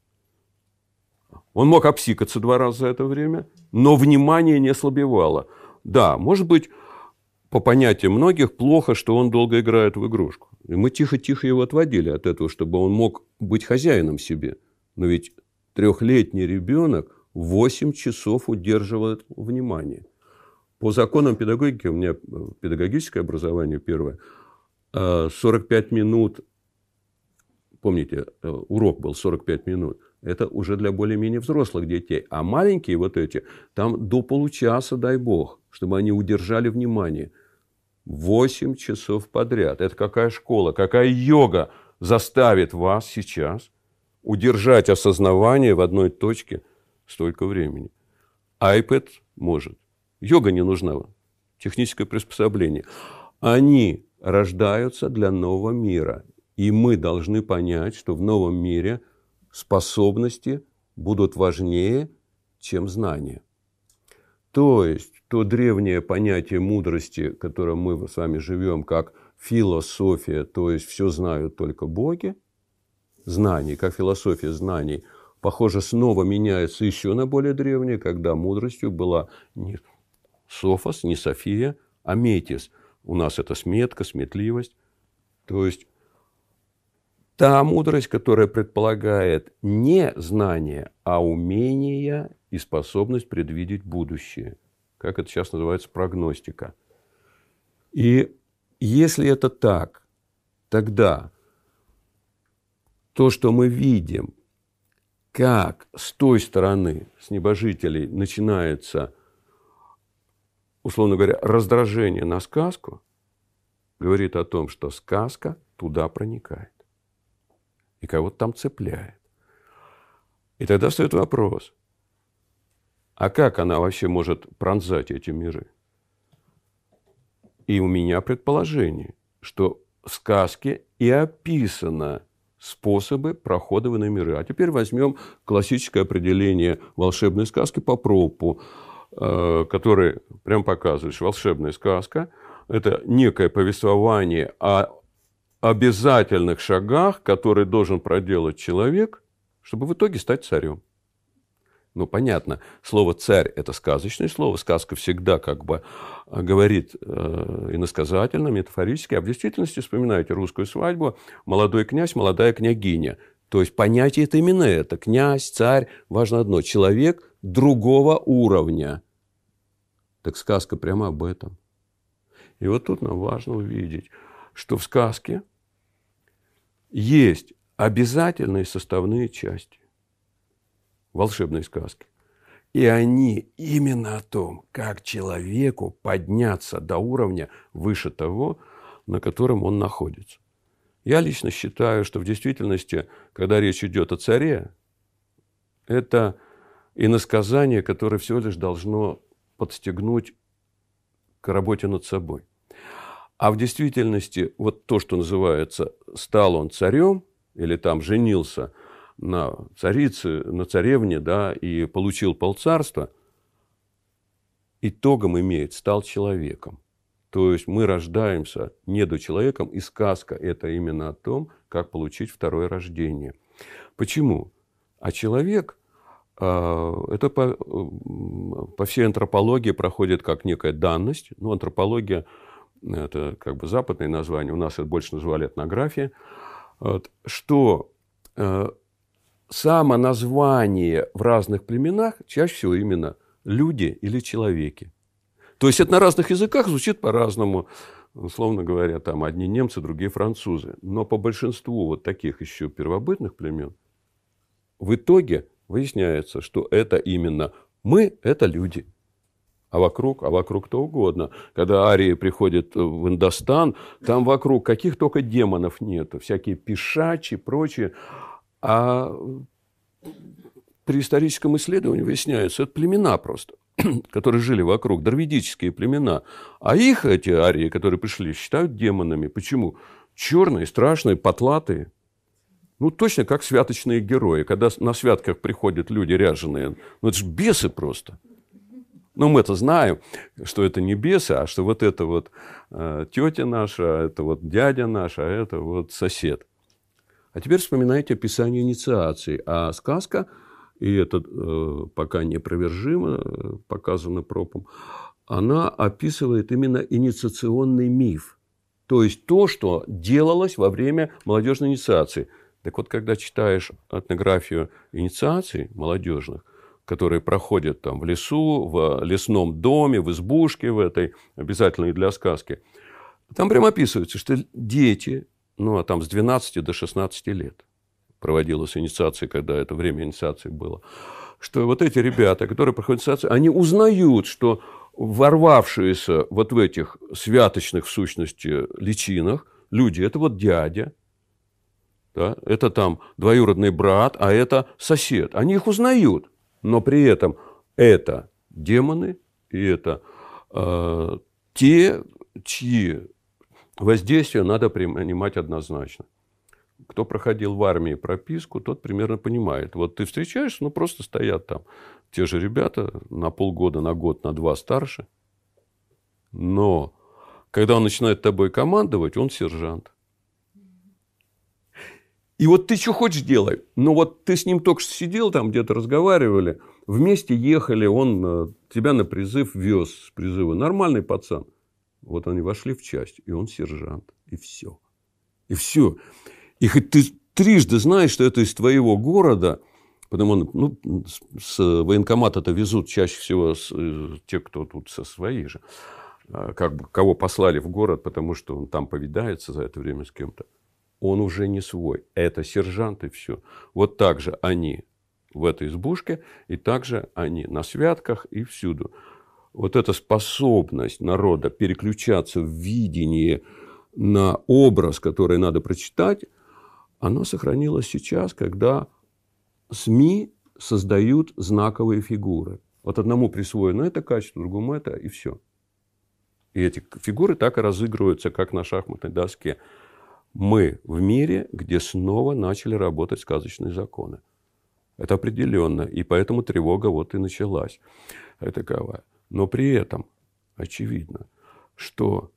Он мог обсикаться 2 раза за это время, но внимание не ослабевало. Да, может быть, по понятиям многих, плохо, что он долго играет в игрушку. И мы тихо-тихо его отводили от этого, чтобы он мог быть хозяином себе. Но ведь 3-летний ребенок 8 часов удерживает внимание. По законам педагогики, у меня педагогическое образование первое, 45 минут, помните, урок был 45 минут, это уже для более-менее взрослых детей. А маленькие вот эти, там до получаса, дай бог, чтобы они удержали внимание. 8 часов подряд. Это какая школа, какая йога заставит вас сейчас удержать осознавание в одной точке столько времени. iPad может. Йога не нужна. Техническое приспособление. Они рождаются для нового мира. И мы должны понять, что в новом мире способности будут важнее, чем знания. То есть, то древнее понятие мудрости, которым мы с вами живем, как философия, то есть все знают только боги, знаний, как философия знаний, похоже, снова меняется еще на более древнее, когда мудростью была не Софос, не София, а Метис. У нас это сметка, сметливость. То есть, та мудрость, которая предполагает не знание, а умение и способность предвидеть будущее. Как это сейчас называется, прогностика. И если это так, тогда то, что мы видим, как с той стороны, с небожителей, начинается, условно говоря, раздражение на сказку, говорит о том, что сказка туда проникает. И кого-то там цепляет. И тогда встает вопрос, а как она вообще может пронзать эти миры? И у меня предположение, что в сказке и описано способы прохода в иные миры. А теперь возьмем классическое определение волшебной сказки по Пропу, который прям показывает, что волшебная сказка – это некое повествование о обязательных шагах, которые должен проделать человек, чтобы в итоге стать царем. Ну, понятно, слово «царь» – это сказочное слово. Сказка всегда как бы говорит иносказательно, метафорически. А в действительности, вспоминайте русскую свадьбу, молодой князь, молодая княгиня. То есть понятие это именно это. Князь, царь, важно одно – человек другого уровня. Так сказка прямо об этом. И вот тут нам важно увидеть, что в сказке есть обязательные составные части волшебной сказки. И они именно о том, как человеку подняться до уровня выше того, на котором он находится. Я лично считаю, что в действительности, когда речь идет о царе, это иносказание, которое всего лишь должно подстегнуть к работе над собой. А в действительности вот то, что называется «стал он царем» или там «женился на царице, на царевне, да, и получил полцарства», итогом имеет «стал человеком». То есть мы рождаемся недочеловеком, и сказка – это именно о том, как получить второе рождение. Почему? А человек это по всей антропологии проходит как некая данность. Ну, антропология – это как бы западное название, у нас это больше называли этнография, что само название в разных племенах чаще всего именно люди или человеки. То есть это на разных языках звучит по-разному. Условно говоря, там одни немцы, другие французы. Но по большинству вот таких еще первобытных племен в итоге выясняется, что это именно мы – это люди. А вокруг кто угодно. Когда арии приходят в Индостан, там вокруг каких только демонов нету. Всякие пишачи, прочие. А при историческом исследовании выясняется, это племена просто, которые жили вокруг, дравидические племена. А их, эти арии, которые пришли, считают демонами. Почему? Черные, страшные, потлатые. Ну, точно как святочные герои. Когда на святках приходят люди ряженые, ну, это же бесы просто. Ну, мы-то знаем, что это не бесы, а что вот это вот тетя наша, это вот дядя наш, а это вот сосед. А теперь вспоминайте описание инициации. А сказка, и это пока неопровержимо показано Пропом, она описывает именно инициационный миф. То есть то, что делалось во время молодежной инициации. Так вот, когда читаешь этнографию инициаций молодежных, которые проходят там в лесу, в лесном доме, в избушке в этой, обязательно и для сказки, там прямо описывается, что дети, ну, а там с 12 до 16 лет проводилась инициация, когда это время инициации было, что вот эти ребята, которые проходят инициацию, они узнают, что ворвавшиеся вот в этих святочных, в сущности, личинах люди, это вот дядя, да, это там двоюродный брат, а это сосед. Они их узнают, но при этом это демоны, и это те, чьи воздействия надо принимать однозначно. Кто проходил в армии прописку, тот примерно понимает. Вот ты встречаешься, ну, просто стоят там те же ребята на полгода, на год, на 2 старше. Но когда он начинает тобой командовать, он сержант. И вот ты что хочешь делай. Но вот ты с ним только что сидел, там где-то разговаривали, вместе ехали, он тебя на призыв вез с призыва. Нормальный пацан. Вот они вошли в часть, и он сержант. И все. И все. И хоть ты трижды знаешь, что это из твоего города, потому ну, с военкомата-то везут чаще всего те, кто тут со своих же, как бы кого послали в город, потому что он там повидается за это время с кем-то. Он уже не свой. Это сержант и все. Вот так же они в этой избушке, и так же они на святках и всюду. Вот эта способность народа переключаться в видение на образ, который надо прочитать, оно сохранилось сейчас, когда СМИ создают знаковые фигуры. Вот одному присвоено это качество, другому это, и все. И эти фигуры так и разыгрываются, как на шахматной доске. Мы в мире, где снова начали работать сказочные законы. Это определенно. И поэтому тревога вот и началась. Таковая. Но при этом очевидно, что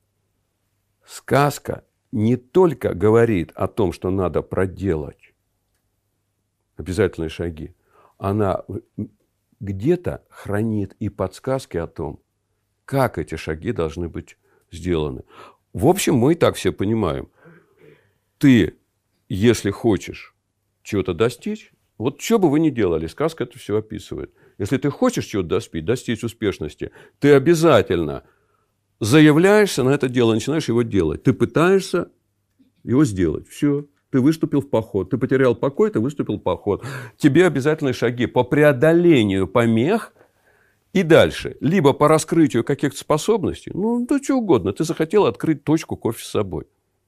сказка не только говорит о том, что надо проделать обязательные шаги, она где-то хранит и подсказки о том, как эти шаги должны быть сделаны. В общем, мы и так все понимаем. Ты, если хочешь чего-то достичь, вот что бы вы ни делали, сказка это все описывает. Если ты хочешь чего-то достичь успешности, ты обязательно заявляешься на это дело, начинаешь его делать. Ты пытаешься его сделать. Все. Ты выступил в поход. Ты потерял покой, ты выступил в поход. Тебе обязательные шаги по преодолению помех и дальше. Либо по раскрытию каких-то способностей. Ну, да что угодно. Ты захотел открыть точку кофе с собой.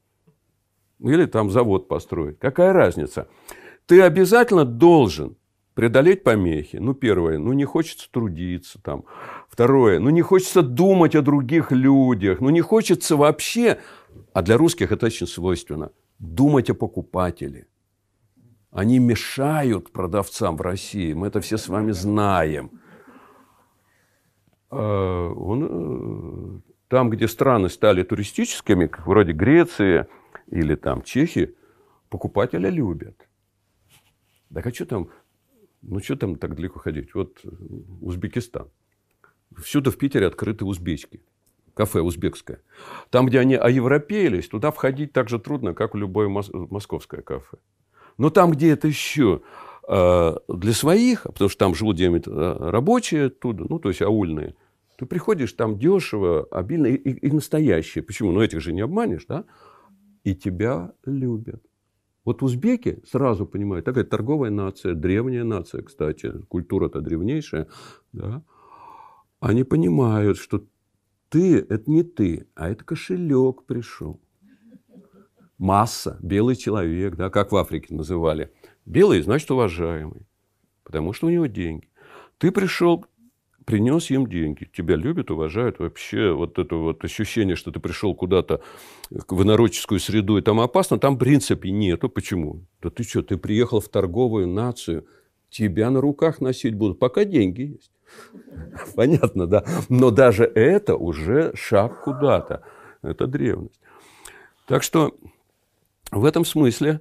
Или там завод построить. Какая разница? Ты обязательно должен преодолеть помехи. Ну, первое, ну, не хочется трудиться там. Второе, ну, не хочется думать о других людях. Ну, не хочется вообще, а для русских это очень свойственно, думать о покупателе. Они мешают продавцам в России. Мы это все с вами знаем. Там, где страны стали туристическими, как вроде Греции или там Чехии, покупателя любят. Так а что там? Ну, что там так далеко ходить? Вот Узбекистан. Всюду в Питере открыты узбечки. Кафе узбекское. Там, где они оевропеились, туда входить так же трудно, как в любое московское кафе. Но там, где это еще для своих, потому что там живут где-нибудь рабочие оттуда, ну, то есть аульные, ты приходишь, там дешево, обильно и настоящие. Почему? Ну, этих же не обманешь, да? И тебя любят. Вот узбеки сразу понимают, такая торговая нация, древняя нация, кстати, культура-то древнейшая, да? Они понимают, что ты – это не ты, а это кошелек пришел. Масса, белый человек, да, как в Африке называли. Белый, значит, уважаемый, потому что у него деньги. Ты пришел, принес им деньги, тебя любят, уважают. Вообще вот это вот ощущение, что ты пришел куда-то в инородческую среду, и там опасно, там в принципе нету. Почему? Да ты что, ты приехал в торговую нацию, тебя на руках носить будут, пока деньги есть. Понятно, да? Но даже это уже шаг куда-то. Это древность. Так что в этом смысле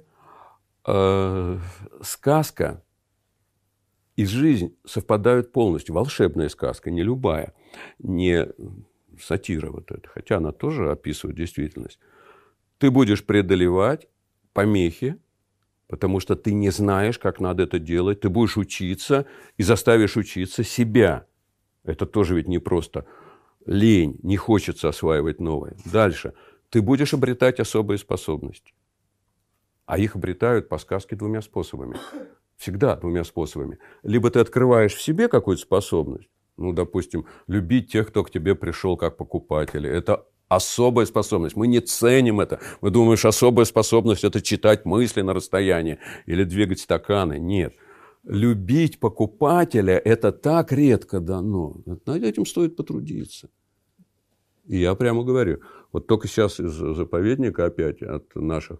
сказка и жизнь совпадают полностью. Волшебная сказка, не любая, не сатира вот эта, хотя она тоже описывает действительность. Ты будешь преодолевать помехи, потому что ты не знаешь, как надо это делать. Ты будешь учиться и заставишь учиться себя. Это тоже ведь не просто лень, не хочется осваивать новое. Дальше. Ты будешь обретать особые способности. А их обретают по сказке двумя способами. Всегда двумя способами. Либо ты открываешь в себе какую-то способность, ну, допустим, любить тех, кто к тебе пришел как покупатели. Это особая способность. Мы не ценим это. Мы думаем, что особая способность – это читать мысли на расстоянии или двигать стаканы. Нет. Любить покупателя – это так редко дано. Над этим стоит потрудиться. И я прямо говорю, вот только сейчас из заповедника опять от наших,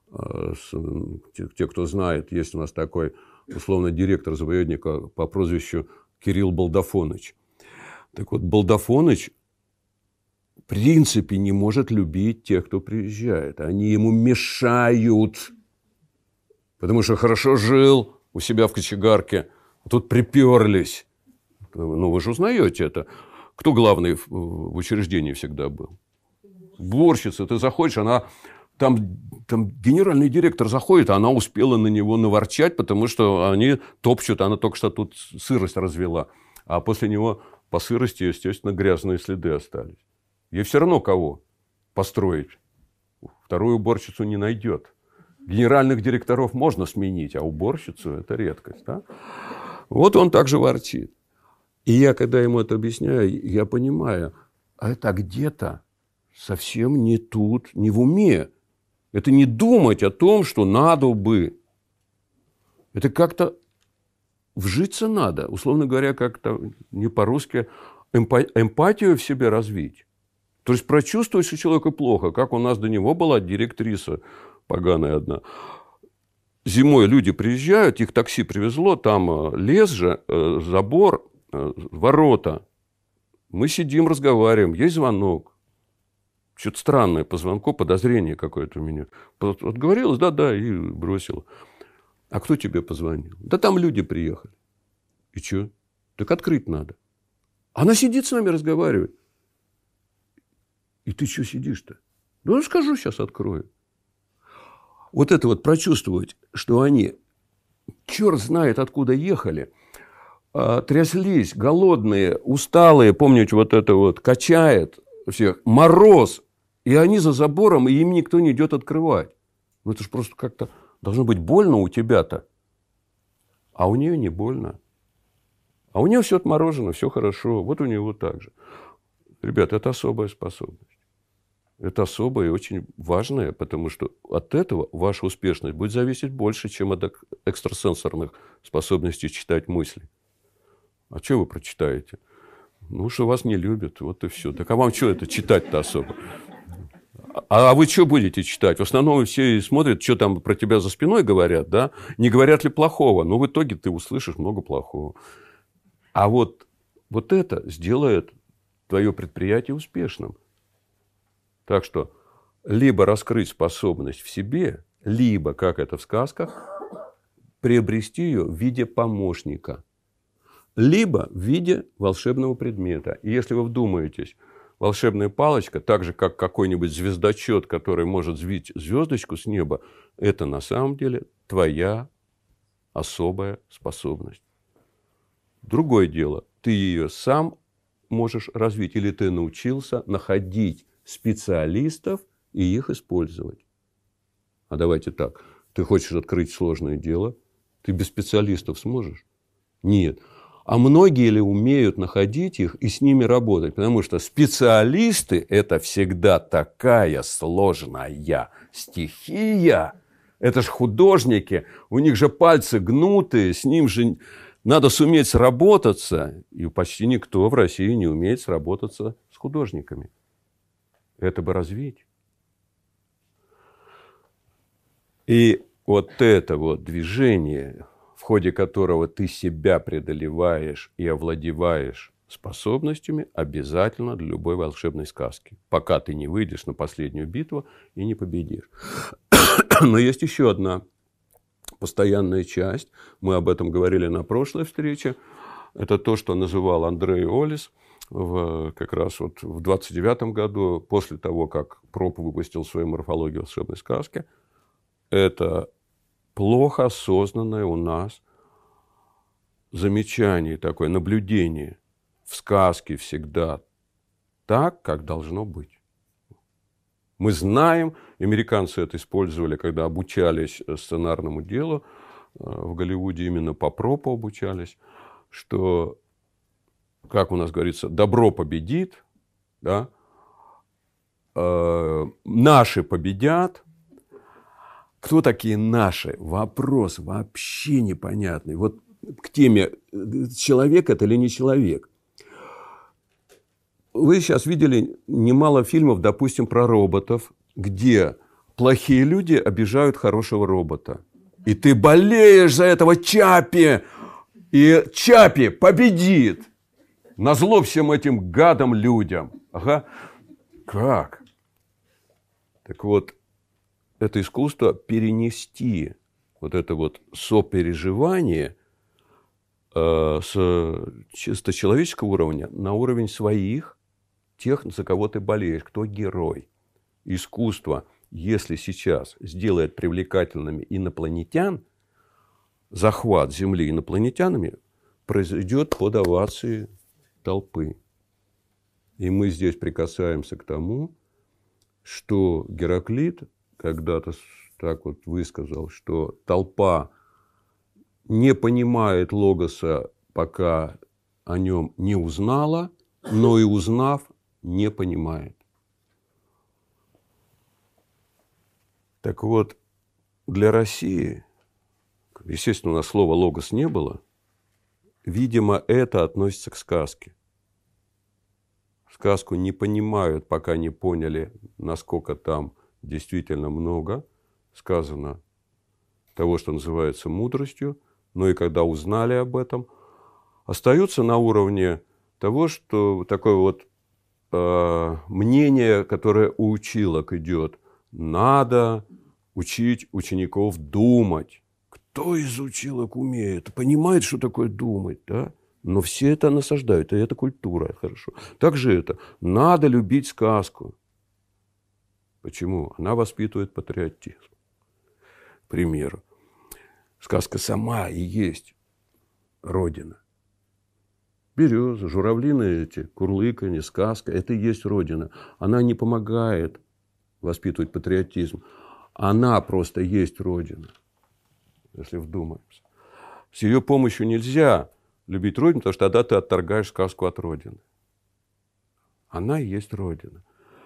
те, кто знает, есть у нас такой условно директор заповедника по прозвищу Кирилл Балдафоныч. Так вот, Балдафоныч в принципе не может любить тех, кто приезжает. Они ему мешают. Потому что хорошо жил у себя в кочегарке, а тут приперлись. Ну, вы же узнаете это. Кто главный в учреждении всегда был? Уборщица. Ты заходишь, она... Там генеральный директор заходит, а она успела на него наворчать, потому что они топчут, она только что тут сырость развела. А после него по сырости, естественно, грязные следы остались. Ей все равно кого построить. Вторую уборщицу не найдет. Генеральных директоров можно сменить, а уборщицу – это редкость. Да? Вот он также ворчит. И я, когда ему это объясняю, я понимаю, а это где-то совсем не тут, не в уме. Это не думать о том, что надо бы. Это как-то вжиться надо. Условно говоря, как-то не по-русски эмпатию в себе развить. То есть прочувствовать, что человеку плохо. Как у нас до него была директриса поганая одна. Зимой люди приезжают, их такси привезло, там лес же, забор, ворота. Мы сидим, разговариваем, есть звонок. Что-то странное по звонку, подозрение какое-то у меня. Отговорилась, да, и бросила. А кто тебе позвонил? Да там люди приехали. И что? Так открыть надо. Она сидит с нами, разговаривает. И ты что сидишь-то? Ну, скажу, сейчас открою. Вот это вот прочувствовать, что они, черт знает, откуда ехали, тряслись, голодные, усталые, помните, вот это вот качает всех, мороз, и они за забором, и им никто не идет открывать. Ну, это же просто как-то должно быть больно у тебя-то. А у нее не больно. А у нее все отморожено, все хорошо. Вот у него так же. Ребята, это особая способность. Это особая и очень важная, потому что от этого ваша успешность будет зависеть больше, чем от экстрасенсорных способностей читать мысли. А что вы прочитаете? Ну, что вас не любят, вот и все. Так а вам что это читать-то особо? А вы что будете читать? В основном все смотрят, что там про тебя за спиной говорят, да? Не говорят ли плохого? Но в итоге ты услышишь много плохого. А вот это сделает твое предприятие успешным. Так что либо раскрыть способность в себе, либо, как это в сказках, приобрести ее в виде помощника. Либо в виде волшебного предмета. И если вы вдумаетесь, волшебная палочка, так же, как какой-нибудь звездочет, который может сбить звездочку с неба, это на самом деле твоя особая способность. Другое дело, ты ее сам можешь развить, или ты научился находить специалистов и их использовать. А давайте так, ты хочешь открыть сложное дело, ты без специалистов сможешь? Нет. А многие ли умеют находить их и с ними работать? Потому что специалисты – это всегда такая сложная стихия. Это же художники, у них же пальцы гнутые, с ним же надо суметь сработаться. И почти никто в России не умеет сработаться с художниками. Это бы развить. И вот это вот движение в ходе которого ты себя преодолеваешь и овладеваешь способностями, обязательно для любой волшебной сказки, пока ты не выйдешь на последнюю битву и не победишь. Но есть еще одна постоянная часть, мы об этом говорили на прошлой встрече, это то, что называл Андрей Олис как раз вот в 29 году, после того, как Проп выпустил свою морфологию волшебной сказки. Это плохо осознанное у нас замечание, такое наблюдение. В сказке всегда так, как должно быть. Мы знаем, американцы это использовали, когда обучались сценарному делу в Голливуде, именно по Пропу обучались, что, как у нас говорится, добро победит, да? Наши победят. Кто такие наши? Вопрос вообще непонятный. Вот к теме, человек это или не человек. Вы сейчас видели немало фильмов, допустим, про роботов, где плохие люди обижают хорошего робота. И ты болеешь за этого Чаппи. И Чаппи победит. Назло всем этим гадам людям. Ага. Как? Так вот, это искусство перенести вот это вот сопереживание с чисто человеческого уровня на уровень своих, тех, за кого ты болеешь, кто герой. Искусство, если сейчас сделает привлекательными инопланетян, захват Земли инопланетянами произойдет под овации толпы. И мы здесь прикасаемся к тому, что Гераклит когда-то так вот высказал, что толпа не понимает логоса, пока о нем не узнала, но и узнав, не понимает. Так вот, для России, естественно, у нас слова логос не было, видимо, это относится к сказке. Сказку не понимают, пока не поняли, насколько там действительно много сказано того, что называется мудростью, но и когда узнали об этом, остаются на уровне того, что такое вот мнение, которое у училок идет. Надо учить учеников думать. Кто из училок умеет, понимает, что такое думать, да? Но все это насаждают, и это культура, хорошо. Также это, надо любить сказку. Почему? Она воспитывает патриотизм. К примеру, сказка сама и есть Родина. Береза, журавлиные эти, курлыканье, сказка, это и есть Родина. Она не помогает воспитывать патриотизм. Она просто есть Родина, если вдумаемся. С ее помощью нельзя любить Родину, потому что тогда ты отторгаешь сказку от Родины. Она и есть Родина.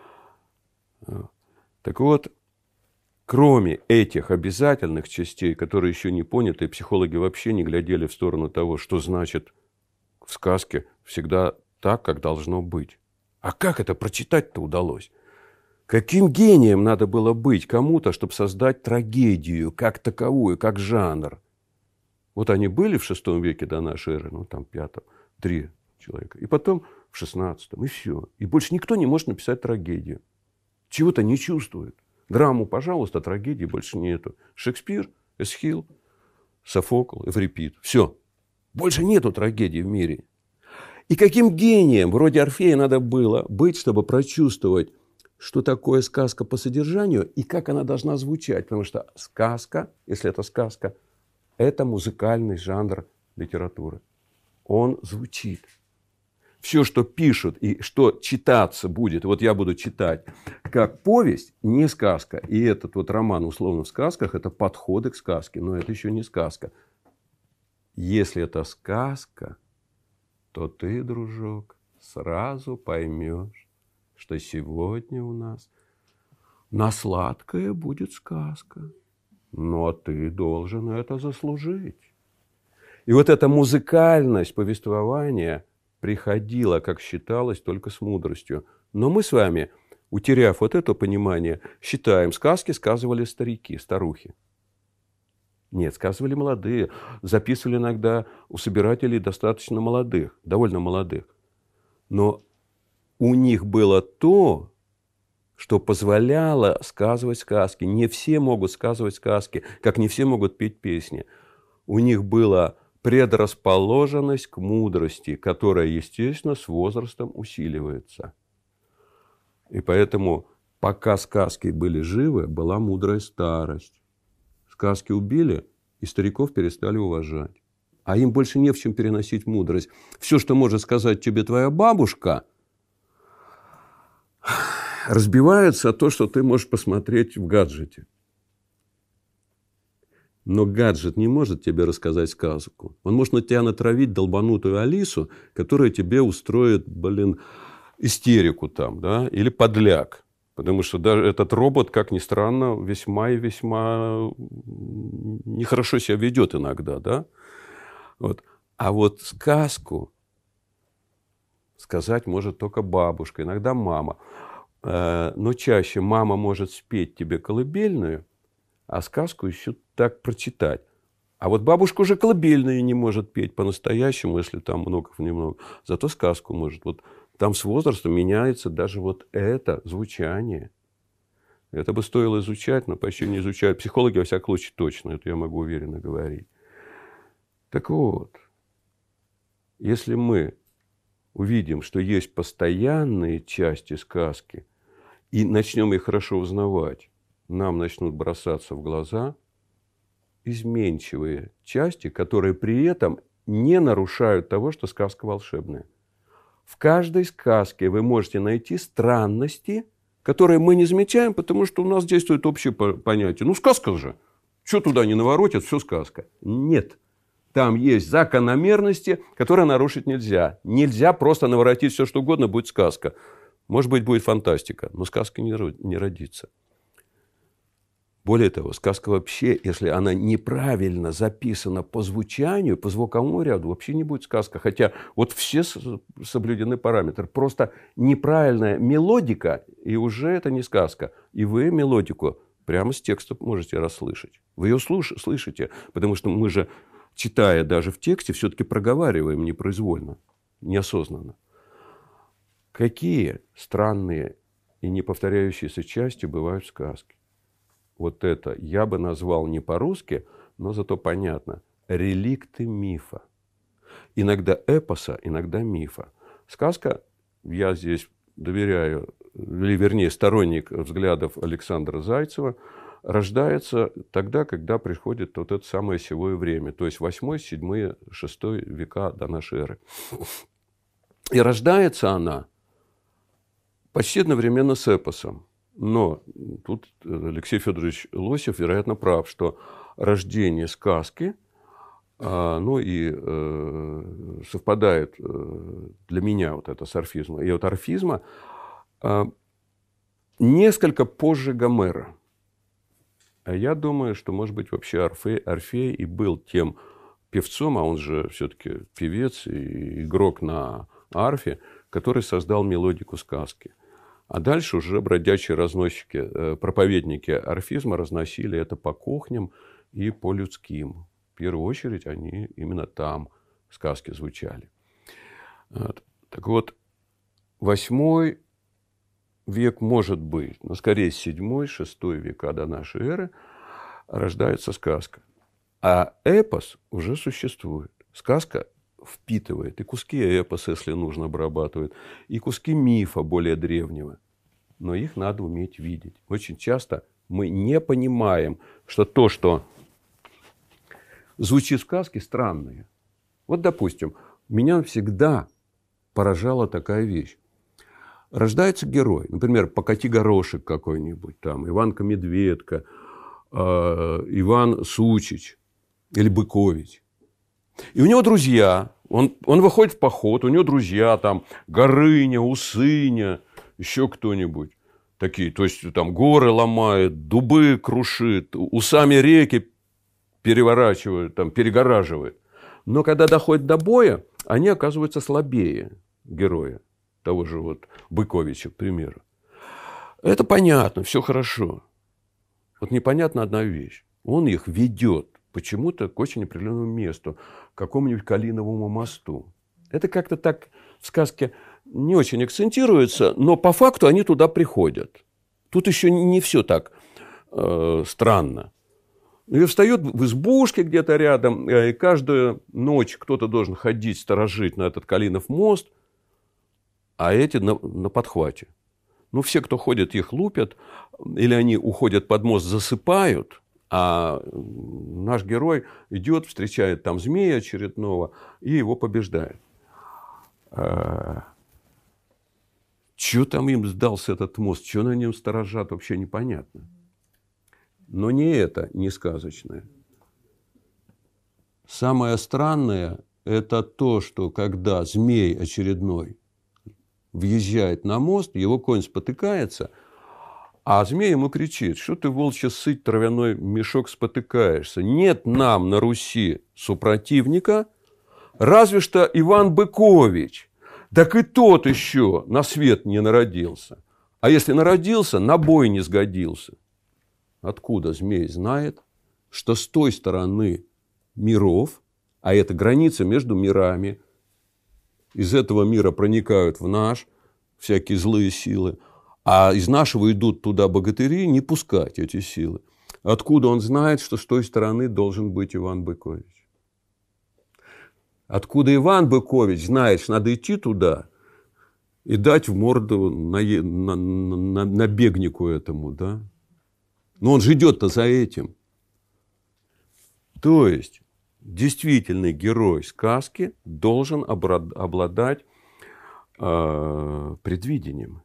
Так вот, кроме этих обязательных частей, которые еще не поняты, психологи вообще не глядели в сторону того, что значит в сказке всегда так, как должно быть. А как это прочитать-то удалось? Каким гением надо было быть кому-то, чтобы создать трагедию как таковую, как жанр? Вот они были в VI веке до нашей эры, ну там V, 3 человека. И потом в XVI, и все. И больше никто не может написать трагедию. Чего-то не чувствует. Драму, пожалуйста, трагедии больше нету. Шекспир, Эсхил, Софокл, Эврипид. Все. Больше нету трагедии в мире. И каким гением вроде Орфея надо было быть, чтобы прочувствовать, что такое сказка по содержанию и как она должна звучать. Потому что сказка, если это сказка, это музыкальный жанр литературы. Он звучит. Все, что пишут и что читаться будет, вот я буду читать как повесть, не сказка. И этот вот роман, условно, в сказках, это подходы к сказке, но это еще не сказка. Если это сказка, то ты, дружок, сразу поймешь, что сегодня у нас на сладкое будет сказка. Но ты должен это заслужить. И вот эта музыкальность повествования приходила, как считалось, только с мудростью. Но мы с вами, утеряв вот это понимание, считаем, сказки сказывали старики, старухи. Нет, сказывали молодые. Записывали иногда у собирателей достаточно молодых, довольно молодых. Но у них было то, что позволяло сказывать сказки. Не все могут сказывать сказки, как не все могут петь песни. У них была предрасположенность к мудрости, которая, естественно, с возрастом усиливается. И поэтому, пока сказки были живы, была мудрая старость. Сказки убили, и стариков перестали уважать. А им больше не в чем переносить мудрость. Все, что может сказать тебе твоя бабушка, разбивается о то, что ты можешь посмотреть в гаджете. Но гаджет не может тебе рассказать сказку. Он может на тебя натравить долбанутую Алису, которая тебе устроит, истерику там, да, или подляк. Потому что даже этот робот, как ни странно, весьма и весьма нехорошо себя ведет иногда, да. Вот. А вот сказку сказать может только бабушка, иногда мама. Но чаще мама может спеть тебе колыбельную, а сказку еще так прочитать. А вот бабушка уже колыбельную не может петь по-настоящему, если там много-немного. Зато сказку может. Вот там с возрастом меняется даже вот это звучание. Это бы стоило изучать, но почти не изучают. Психологи, во всяком случае, точно. Это я могу уверенно говорить. Так вот, если мы увидим, что есть постоянные части сказки, и начнем их хорошо узнавать, нам начнут бросаться в глаза изменчивые части, которые при этом не нарушают того, что сказка волшебная. В каждой сказке вы можете найти странности, которые мы не замечаем, потому что у нас действует общее понятие. Ну, сказка же. Что туда не наворотят, все сказка. Нет. Там есть закономерности, которые нарушить нельзя. Нельзя просто наворотить все, что угодно, будет сказка. Может быть, будет фантастика, но сказка не родится. Более того, сказка вообще, если она неправильно записана по звучанию, по звуковому ряду, вообще не будет сказка. Хотя вот все соблюдены параметры. Просто неправильная мелодика, и уже это не сказка. И вы мелодику прямо с текста можете расслышать. Вы ее слышите, потому что мы же, читая даже в тексте, все-таки проговариваем непроизвольно, неосознанно. Какие странные и неповторяющиеся части бывают в сказке? Вот это я бы назвал не по-русски, но зато понятно. Реликты мифа. Иногда эпоса, иногда мифа. Сказка, я здесь доверяю, или вернее сторонник взглядов Александра Зайцева, рождается тогда, когда приходит вот это самое осевое время. То есть 8, 7, 6 века до нашей эры. И рождается она почти одновременно с эпосом. Но тут Алексей Федорович Лосев, вероятно, прав, что рождение сказки, совпадает для меня вот это с орфизмом. И от орфизма несколько позже Гомера. А я думаю, что, может быть, вообще Орфей и был тем певцом, а он же все-таки певец и игрок на арфе, который создал мелодику сказки. А дальше уже бродячие разносчики, проповедники орфизма разносили это по кухням и по людским. В первую очередь они именно там сказки звучали. Вот. Так вот, 8 век может быть, но скорее 7, 6 века до нашей эры рождается сказка. А эпос уже существует. Сказка впитывает и куски эпоса, если нужно, обрабатывает, и куски мифа более древнего. Но их надо уметь видеть. Очень часто мы не понимаем, что то, что звучит в сказке, странное. Вот, допустим, меня всегда поражала такая вещь. Рождается герой, например, Покати горошек какой-нибудь, там, Иванка Медведка, Иван Сучич или Быкович. И у него друзья, он выходит в поход, у него друзья, там, Горыня, Усыня, еще кто-нибудь такие. То есть, там, горы ломает, дубы крушит, усами реки переворачивает, там, перегораживает. Но когда доходит до боя, они оказываются слабее героя, того же вот Быковича, к примеру. Это понятно, все хорошо. Вот непонятна одна вещь. Он их ведет почему-то к очень определенному месту, к какому-нибудь Калиновому мосту. Это как-то так в сказке не очень акцентируется, но по факту они туда приходят. Тут еще не все так странно. И встает в избушке где-то рядом, и каждую ночь кто-то должен ходить, сторожить на этот Калинов мост, а эти на подхвате. Ну, все, кто ходит, их лупят, или они уходят под мост, засыпают, а наш герой идет, встречает там змея очередного и его побеждает. Чего там им сдался этот мост, что на нем сторожат, вообще непонятно. Но не это, не сказочное. Самое странное – это то, что когда змей очередной въезжает на мост, его конь спотыкается, а змей ему кричит: что ты, волчья сыть, травяной мешок, спотыкаешься? Нет нам на Руси супротивника, разве что Иван Быкович. Так и тот еще на свет не народился. А если народился, на бой не сгодился. Откуда змей знает, что с той стороны миров, а это граница между мирами, из этого мира проникают в наш всякие злые силы, а из нашего идут туда богатыри, не пускать эти силы. Откуда он знает, что с той стороны должен быть Иван Быкович? Откуда Иван Быкович знает, что надо идти туда и дать в морду набегнику этому, да? Но он же идет-то за этим. То есть действительный герой сказки должен обладать предвидением.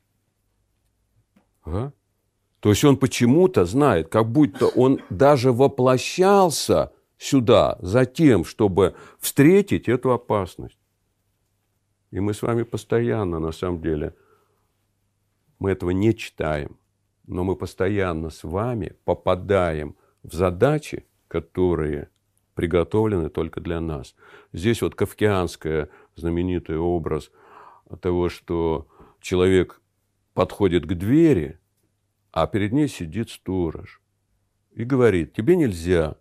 Ага. То есть он почему-то знает, как будто он даже воплощался сюда за тем, чтобы встретить эту опасность. И мы с вами постоянно, на самом деле, мы этого не читаем, но мы постоянно с вами попадаем в задачи, которые приготовлены только для нас. Здесь вот кафкианский знаменитый образ того, что человек подходит к двери, а перед ней сидит сторож и говорит: тебе нельзя.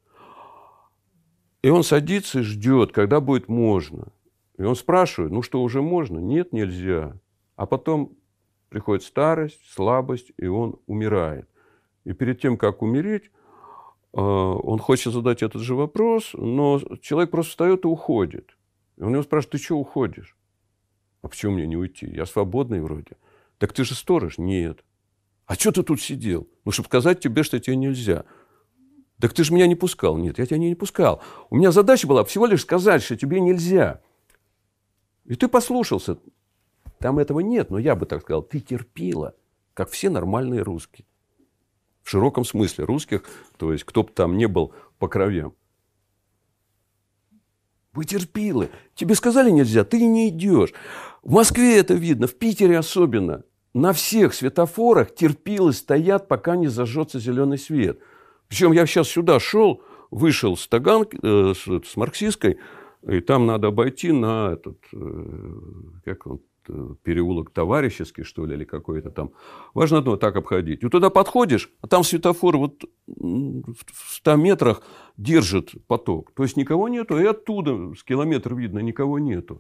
И он садится и ждет, когда будет можно. И он спрашивает: ну что, уже можно? Нет, нельзя. А потом приходит старость, слабость, и он умирает. И перед тем, как умереть, он хочет задать этот же вопрос, но человек просто встает и уходит. И он его спрашивает: ты что уходишь? А почему мне не уйти? Я свободный вроде. Так ты же сторож? Нет. А что ты тут сидел? Ну, чтобы сказать тебе, что тебе нельзя. Так ты же меня не пускал. Нет, я тебя не пускал. У меня задача была всего лишь сказать, что тебе нельзя. И ты послушался. Там этого нет, но я бы так сказал: ты терпила, как все нормальные русские. В широком смысле русских, то есть кто бы там ни был по кровям. Вы терпилы. Тебе сказали нельзя, ты не идешь. В Москве это видно, в Питере особенно. На всех светофорах терпилы стоят, пока не зажжется зеленый свет. Причем я сейчас сюда шел, вышел с Таганки, с Марксистской, и там надо обойти на этот, как он, переулок Товарищеский, что ли, или какой-то там. Важно одно, так обходить. И туда подходишь, а там светофор вот в 100 метрах держит поток. То есть никого нету, и оттуда с километра видно, никого нету.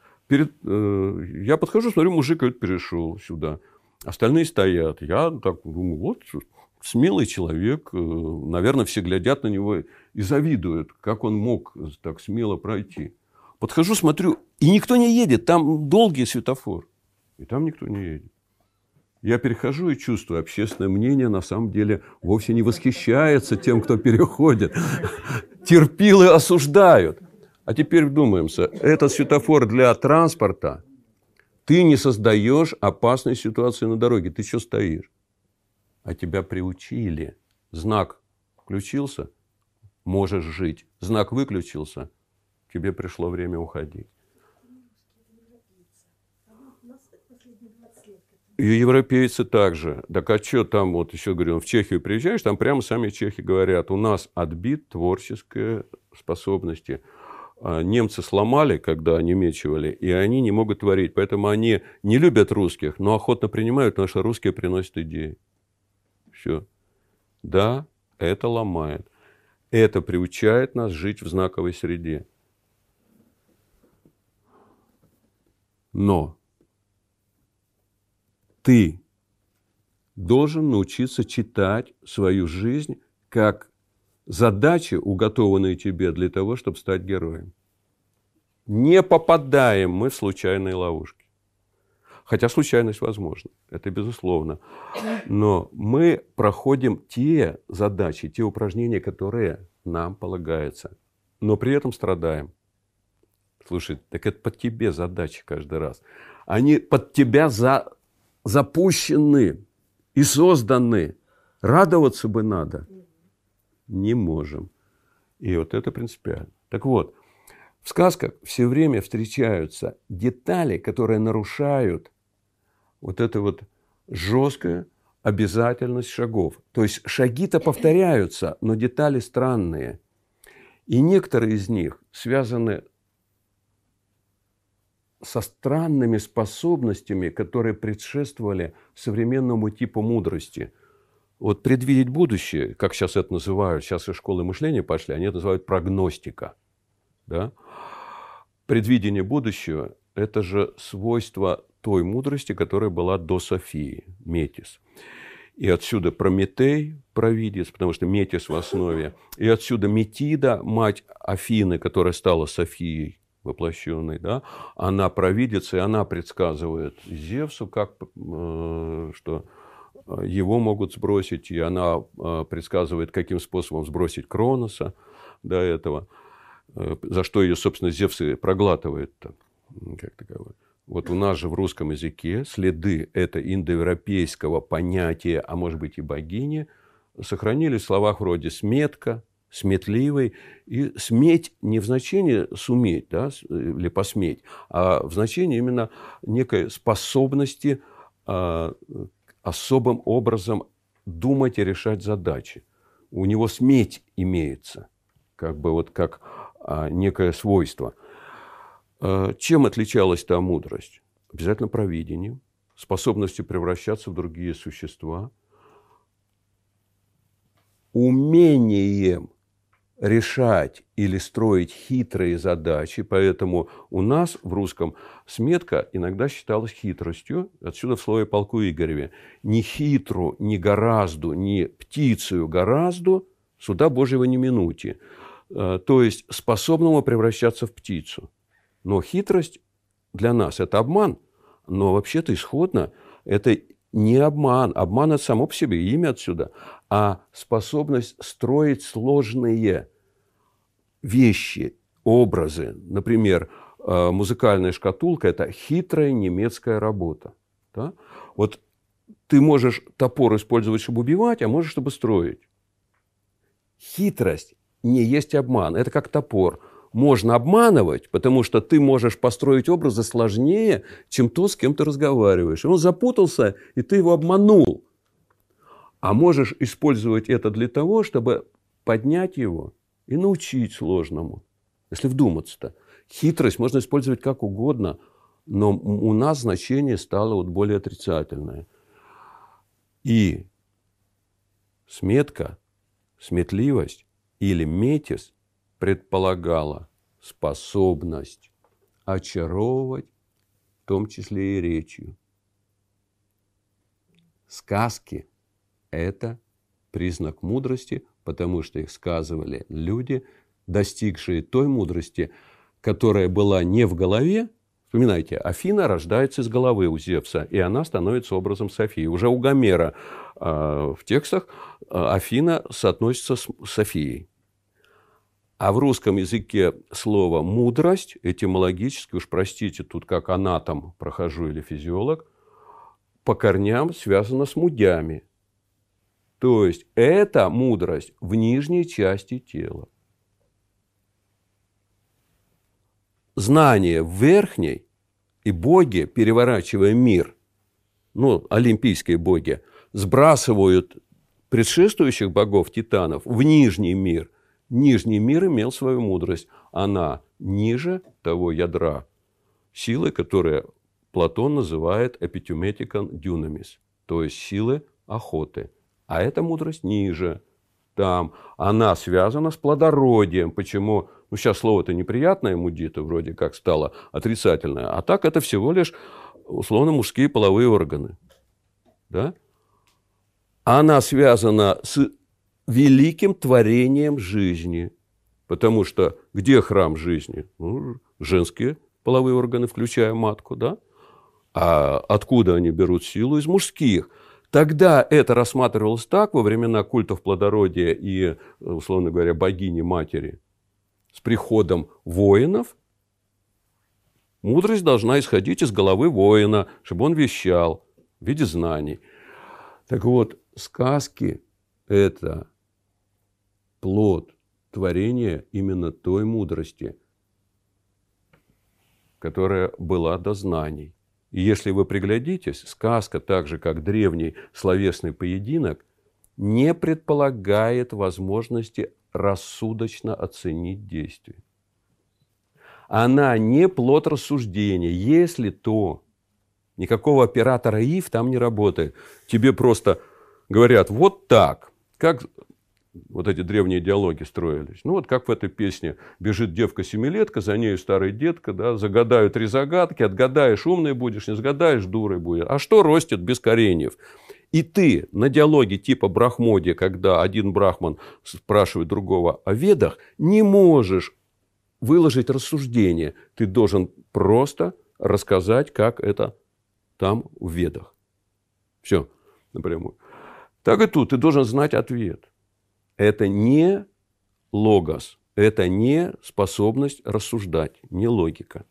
Я подхожу, смотрю, мужик перешел сюда. Остальные стоят. Я так думаю: вот смелый человек. Наверное, все глядят на него и завидуют, как он мог так смело пройти. Подхожу, смотрю, и никто не едет. Там долгий светофор. И там никто не едет. Я перехожу и чувствую, общественное мнение на самом деле вовсе не восхищается тем, кто переходит. Терпилы осуждают. А теперь вдумаемся. Этот светофор для транспорта. Ты не создаешь опасной ситуации на дороге. Ты что стоишь? А тебя приучили. Знак включился, можешь жить. Знак выключился, тебе пришло время уходить. И европейцы также. Так а что там, вот еще говорю, в Чехию приезжаешь, там прямо сами чехи говорят: у нас отбит творческие способности. Немцы сломали, когда онемечивали, и они не могут творить. Поэтому они не любят русских, но охотно принимают, потому что русские приносят идеи. Все. Да, это ломает. Это приучает нас жить в знаковой среде. Но ты должен научиться читать свою жизнь как задачи, уготованные тебе для того, чтобы стать героем. Не попадаем мы в случайные ловушки. Хотя случайность возможна, это безусловно. Но мы проходим те задачи, те упражнения, которые нам полагаются. Но при этом страдаем. Слушай, так это под тебе задачи каждый раз. Они под тебя запущены и созданы. Радоваться бы надо. Не можем. И вот это принципиально. Так вот, в сказках все время встречаются детали, которые нарушают вот эту вот жесткую обязательность шагов. То есть шаги-то повторяются, но детали странные. И некоторые из них связаны со странными способностями, которые предшествовали современному типу мудрости. Вот предвидеть будущее, как сейчас это называют, сейчас и школы мышления пошли, они это называют прогностика. Да? Предвидение будущего – это же свойство той мудрости, которая была до Софии, Метис. И отсюда Прометей, провидец, потому что Метис в основе. И отсюда Метида, мать Афины, которая стала Софией воплощенной. Да? Она провидец, и она предсказывает Зевсу, что его могут сбросить. И она предсказывает, каким способом сбросить Кроноса до этого. За что ее, собственно, Зевс и проглатывает-то. Как таковое. Вот у нас же в русском языке следы этого индоевропейского понятия, а может быть и богини, сохранились в словах вроде сметка, сметливый. И сметь не в значении суметь, да, или посметь, а в значении именно некой способности особым образом думать и решать задачи. У него сметь имеется, как бы вот как некое свойство. Чем отличалась та мудрость? Обязательно провидением, способностью превращаться в другие существа, умением решать или строить хитрые задачи. Поэтому у нас в русском сметка иногда считалась хитростью. Отсюда в слове полку Игореве. Не хитру, не гораздо, не птицею гораздо, суда Божьего не минуте. То есть способному превращаться в птицу. Но хитрость для нас – это обман. Но вообще-то исходно это не обман. Обман – это само по себе имя отсюда. А способность строить сложные вещи, образы. Например, музыкальная шкатулка – это хитрая немецкая работа. Да? Вот ты можешь топор использовать, чтобы убивать, а можешь, чтобы строить. Хитрость не есть обман. Это как топор. Можно обманывать, потому что ты можешь построить образы сложнее, чем то, с кем ты разговариваешь. И он запутался, и ты его обманул. А можешь использовать это для того, чтобы поднять его и научить сложному. Если вдуматься-то. Хитрость можно использовать как угодно, но у нас значение стало вот более отрицательное. И сметка, сметливость или метис предполагала способность очаровывать, в том числе и речью. Сказки – это признак мудрости, потому что их сказывали люди, достигшие той мудрости, которая была не в голове. Вспоминайте, Афина рождается из головы у Зевса, и она становится образом Софии. Уже у Гомера в текстах Афина соотносится с Софией. А в русском языке слово «мудрость» этимологически, уж простите, тут как анатом прохожу или физиолог, по корням связано с мудями. То есть, это мудрость в нижней части тела. Знание в верхней, и боги, переворачивая мир, олимпийские боги, сбрасывают предшествующих богов, титанов, в нижний мир. Нижний мир имел свою мудрость. Она ниже того ядра силы, которую Платон называет эпитюметикон дюнамис, то есть силы охоты. А эта мудрость ниже. там, она связана с плодородием. Почему? Ну, сейчас слово-то неприятное мудито вроде как стало отрицательное. А так это всего лишь, условно, мужские половые органы. Да? Она связана с великим творением жизни. Потому что где храм жизни? Ну, женские половые органы, включая матку, да? А откуда они берут силу? Из мужских. Тогда это рассматривалось так во времена культов плодородия и, условно говоря, богини-матери. С приходом воинов мудрость должна исходить из головы воина, чтобы он вещал в виде знаний. Так вот, сказки – это плод творения именно той мудрости, которая была до знаний. И если вы приглядитесь, сказка, так же как древний словесный поединок, не предполагает возможности рассудочно оценить действие. Она не плод рассуждения. Если то, никакого оператора if там не работает. Тебе просто говорят вот так, как вот эти древние диалоги строились. Ну вот как в этой песне бежит девка-семилетка, за нею старый дедка, да, загадаю 3 загадки, отгадаешь — умный будешь, не загадаешь — дурой будешь. А что ростет без кореньев? И ты на диалоге типа Брахмодия, когда один брахман спрашивает другого о ведах, не можешь выложить рассуждение. Ты должен просто рассказать, как это там в ведах. Все, напрямую. Так и тут ты должен знать ответ. Это не логос, это не способность рассуждать, не логика.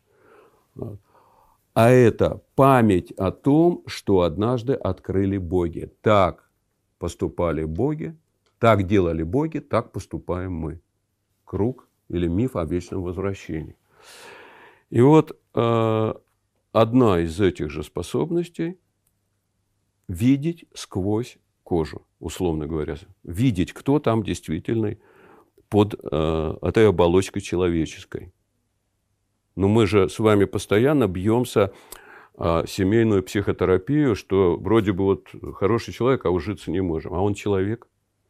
А это память о том, что однажды открыли боги. Так поступали боги, так делали боги, так поступаем мы. Круг или миф о вечном возвращении. И вот одна из этих же способностей – видеть сквозь кожу, условно говоря. Видеть, кто там действительно под этой оболочкой человеческой. Но мы же с вами постоянно бьемся о семейную психотерапию, что вроде бы вот хороший человек, а ужиться не можем. А он человек.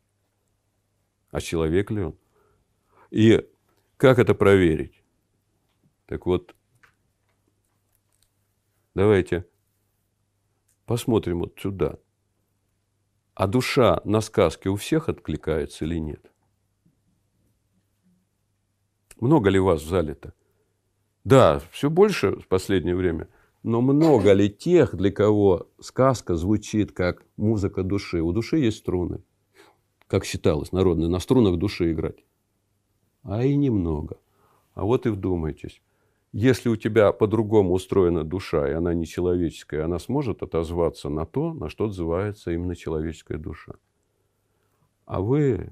А человек ли он? И как это проверить? Так вот, давайте посмотрим вот сюда. А душа на сказке у всех откликается или нет? Много ли вас в зале-то? Да, все больше в последнее время. Но много ли тех, для кого сказка звучит как музыка души? У души есть струны. Как считалось народно, на струнах души играть. А и немного. А вот и вдумайтесь. Если у тебя по-другому устроена душа, и она не человеческая, она сможет отозваться на то, на что отзывается именно человеческая душа. А вы,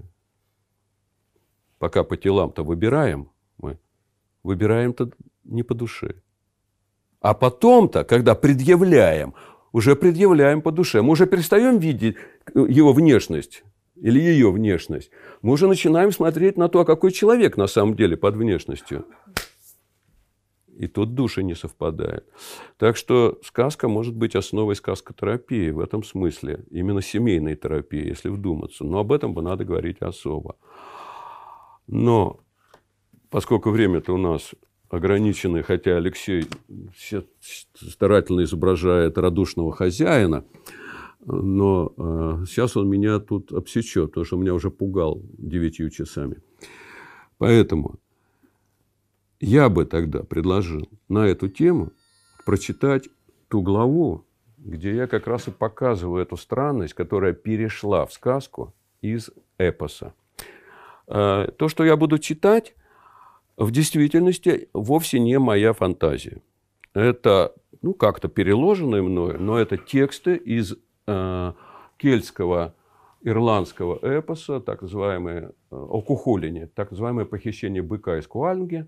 пока по телам-то выбираем, мы выбираем-то не по душе. А потом-то, когда предъявляем, уже предъявляем по душе. Мы уже перестаем видеть его внешность или ее внешность. Мы уже начинаем смотреть на то, а какой человек на самом деле под внешностью. И тут души не совпадают. Так что сказка может быть основой сказкотерапии в этом смысле. Именно семейной терапии, если вдуматься. Но об этом бы надо говорить особо. Но поскольку время-то у нас ограниченное, хотя Алексей старательно изображает радушного хозяина, но сейчас он меня тут обсечет, потому что меня уже пугал 9 часами. Поэтому я бы тогда предложил на эту тему прочитать ту главу, где я как раз и показываю эту странность, которая перешла в сказку из эпоса. То, что я буду читать, в действительности вовсе не моя фантазия. Это как-то переложенные мною, но это тексты из кельтского ирландского эпоса, так называемое о Кухулине, так называемое похищение быка из Куальнги.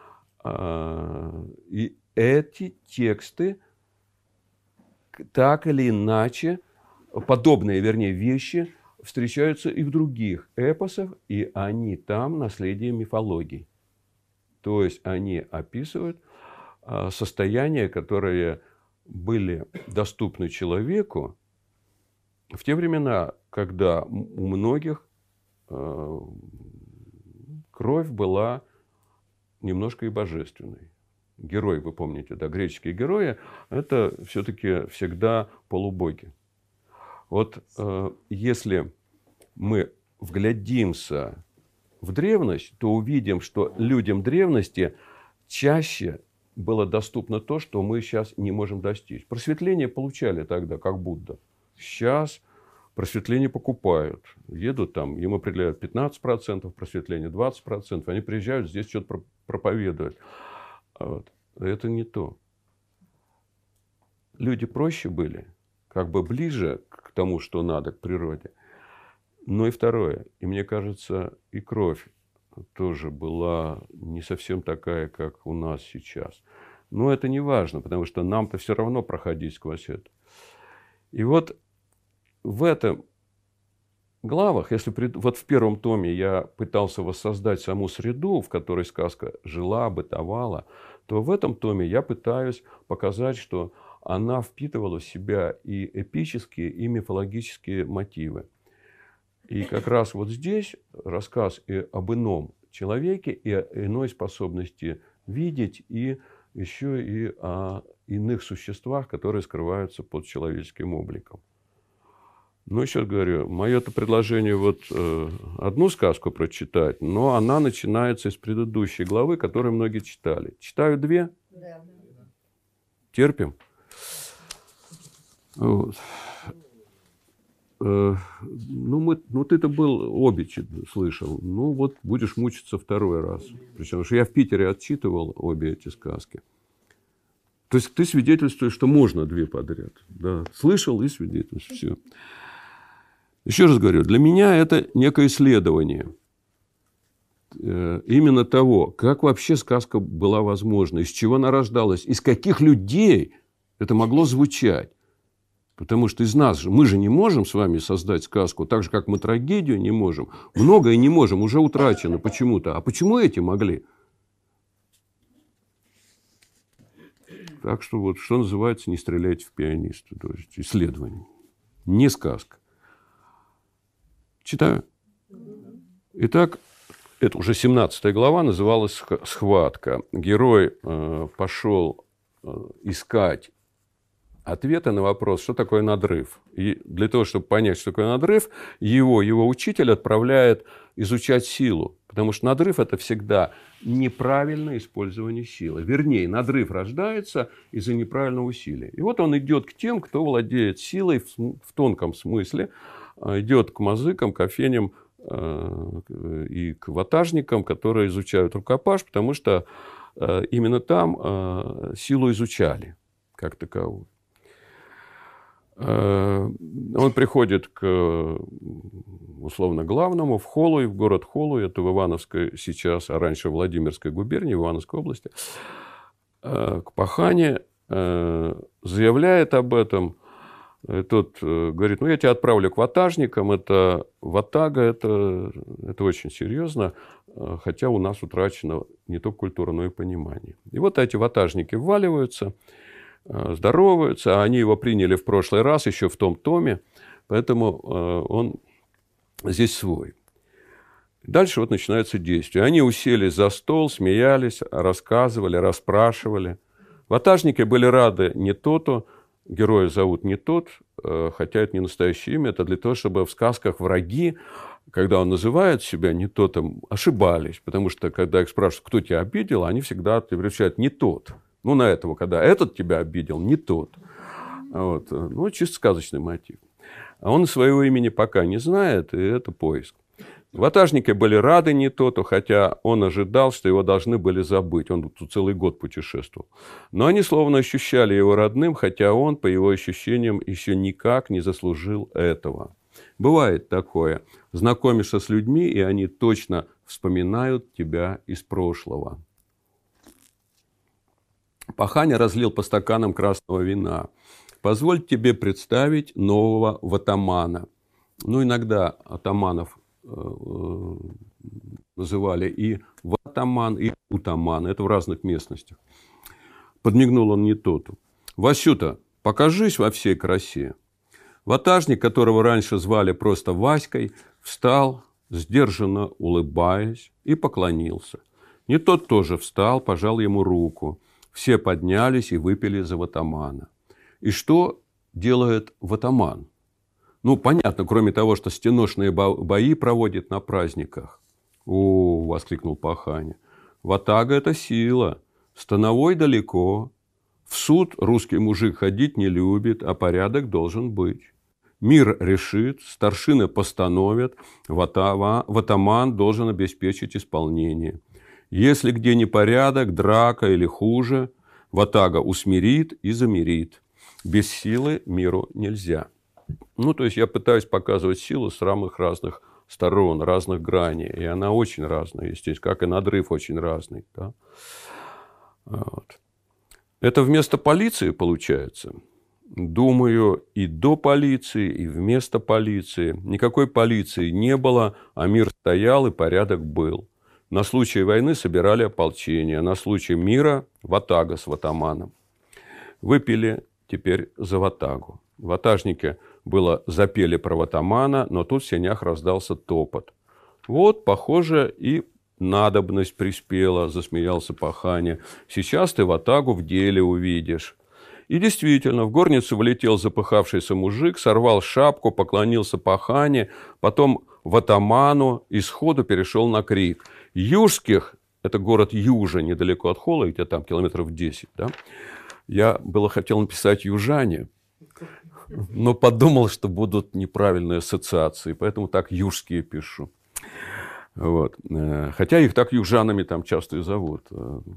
И эти тексты так или иначе, подобные, вернее, вещи встречаются и в других эпосах, и они там наследие мифологии. То есть они описывают состояния, которые были доступны человеку в те времена, когда у многих кровь была немножко и божественной. Герой, вы помните, да, греческие герои, это все-таки всегда полубоги. Вот если мы вглядимся в древность, то увидим, что людям древности чаще было доступно то, что мы сейчас не можем достичь. Просветление получали тогда, как Будда. Сейчас просветление покупают. Едут там, им определяют 15% просветления, 20%. Они приезжают, здесь что-то проповедуют. Вот. Это не то. Люди проще были, как бы ближе к тому, что надо, к природе. Но и второе. И мне кажется, и кровь тоже была не совсем такая, как у нас сейчас. Но это не важно, потому что нам-то все равно проходить сквозь это. И вот в этом главах, если вот в первом томе я пытался воссоздать саму среду, в которой сказка жила, бытовала, то в этом томе я пытаюсь показать, что она впитывала в себя и эпические, и мифологические мотивы. И как раз вот здесь рассказ и об ином человеке, и о иной способности видеть, и еще и о иных существах, которые скрываются под человеческим обликом. Ну, еще говорю, мое-то предложение вот одну сказку прочитать, но она начинается из предыдущей главы, которую многие читали. Читаю две? Да. Терпим? Вот. Ну, ты-то был, обе слышал. Ну, вот будешь мучиться второй раз. Причем, что я в Питере отчитывал обе эти сказки. То есть ты свидетельствуешь, что можно две подряд. Да. Слышал и свидетельствуешь. Все. Еще раз говорю, для меня это некое исследование именно того, как вообще сказка была возможна, из чего она рождалась, из каких людей это могло звучать. Потому что из нас же, мы же не можем с вами создать сказку, так же, как мы трагедию не можем. Многое не можем, уже утрачено почему-то. А почему эти могли? Так что вот, что называется, не стреляйте в пианиста. То есть исследование. Не сказка. Читаю. Итак, это уже 17 глава, называлась «Схватка». Герой пошел искать ответы на вопрос, что такое надрыв. И для того, чтобы понять, что такое надрыв, его учитель отправляет изучать силу. Потому что надрыв – это всегда неправильное использование силы. Вернее, надрыв рождается из-за неправильного усилия. И вот он идет к тем, кто владеет силой в тонком смысле, идет к мазыкам, кофейням и к ватажникам, которые изучают рукопаш, потому что именно там силу изучали как таковую. Он приходит к, условно, главному, в Холуй, в город Холуй, это в Ивановской сейчас, а раньше в Владимирской губернии, в Ивановской области, к Пахане, заявляет об этом. Тот говорит, ну, я тебя отправлю к ватажникам, это ватага, это очень серьезно, хотя у нас утрачена не только культура, но и понимание. И вот эти ватажники вваливаются, здороваются, а они его приняли в прошлый раз, еще в том томе, поэтому он здесь свой. Дальше вот начинается действие. Они уселись за стол, смеялись, рассказывали, расспрашивали. Ватажники были рады не то-то, героя зовут не тот, хотя это не настоящее имя, это для того, чтобы в сказках враги, когда он называет себя не тот, ошибались, потому что когда их спрашивают, кто тебя обидел, они всегда отвечают не тот. Ну, на этого, когда этот тебя обидел, не тот. Вот. Ну, чисто сказочный мотив. А он своего имени пока не знает, и это поиск. Ватажники были рады не тоту, хотя он ожидал, что его должны были забыть. Он тут целый год путешествовал. Но они словно ощущали его родным, хотя он, по его ощущениям, еще никак не заслужил этого. Бывает такое. Знакомишься с людьми, и они точно вспоминают тебя из прошлого. Паханя разлил по стаканам красного вина. Позволь тебе представить нового ватамана. Ну, иногда атаманов называли и ватаман, и утаман. Это в разных местностях. Подмигнул он не тоту. Васюта, покажись во всей красе. Ватажник, которого раньше звали просто Васькой, встал, сдержанно улыбаясь, и поклонился. Не тот тоже встал, пожал ему руку. Все поднялись и выпили за ватамана. И что делает ватаман? Ну, понятно, кроме того, что стеношные бои проводит на праздниках. «О!» – воскликнул Паханя. «Ватага – это сила, становой далеко. В суд русский мужик ходить не любит, а порядок должен быть. Мир решит, старшины постановят, ватаман должен обеспечить исполнение. Если где непорядок, драка или хуже, ватага усмирит и замирит. Без силы миру нельзя». Ну, то есть я пытаюсь показывать силу с самых разных сторон, разных граней. И она очень разная, естественно, как и надрыв очень разный. Да? Вот. Это вместо полиции получается? Думаю, и до полиции, и вместо полиции. Никакой полиции не было, а мир стоял и порядок был. На случай войны собирали ополчение, на случай мира – ватага с ватаманом. Выпили теперь за ватагу. Ватажники было запели про ватамана, но тут в сенях раздался топот. Вот, похоже, и надобность приспела, засмеялся Паханя. Сейчас ты ватагу в деле увидишь. И действительно, в горницу влетел запыхавшийся мужик, сорвал шапку, поклонился Пахане, потом ватаману и сходу перешел на крик. Южских, это город Южа, недалеко от Холла, где там километров 10, да? Я было хотел написать южане, но подумал, что будут неправильные ассоциации, поэтому так южские пишу. Вот. Хотя их так южанами там часто и зовут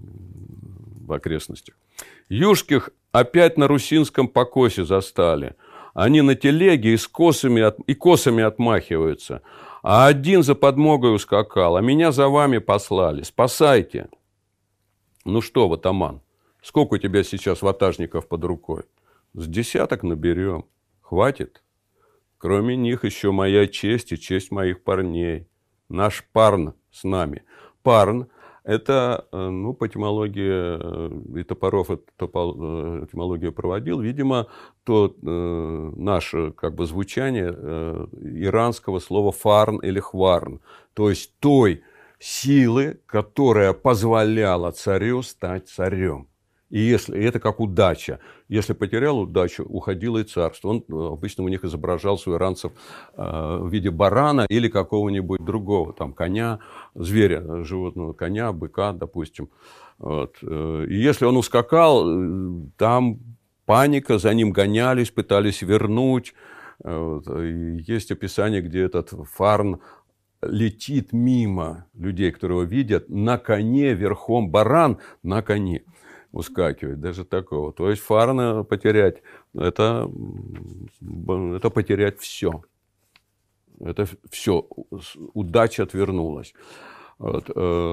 в окрестностях. Южских опять на русинском покосе застали. Они на телеге и косами отмахиваются. А один за подмогой ускакал, а меня за вами послали. Спасайте. Ну что, ватаман, сколько у тебя сейчас ватажников под рукой? С десяток наберем. Хватит? Кроме них еще моя честь и честь моих парней. Наш парн с нами. Парн – это, ну, по этимологии, и Топоров этимологию проводил, видимо, то наше как бы звучание иранского слова фарн или хварн. То есть той силы, которая позволяла царю стать царем. И если это как удача. Если потерял удачу, уходило и царство. Он обычно у них изображался у иранцев в виде барана или какого-нибудь другого, там, коня, зверя, животного, коня, быка, допустим. Вот. И если он ускакал, там паника, за ним гонялись, пытались вернуть. Вот. И есть описание, где этот фарн летит мимо людей, которые его видят, на коне верхом, баран на коне. Ускакивать, даже такого. То есть фарна потерять, это потерять все. Это все. Удача отвернулась. Вот.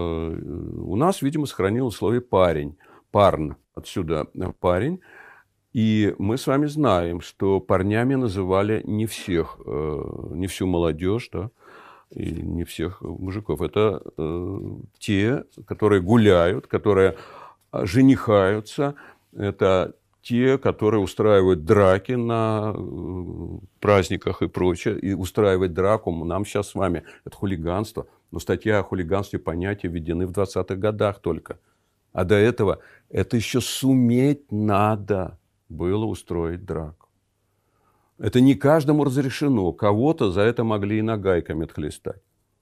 У нас, видимо, сохранилось слово парень. Парн. Отсюда парень. И мы с вами знаем, что парнями называли не всех, не всю молодежь, да, и не всех мужиков. Это те, которые гуляют, которые женихаются, это те, которые устраивают драки на праздниках и прочее. И устраивать драку нам сейчас с вами – это хулиганство. Но статья о хулиганстве, понятия введены в 20-х годах только. А до этого это еще суметь надо было устроить драку. Это не каждому разрешено. Кого-то за это могли и нагайками отхлестать.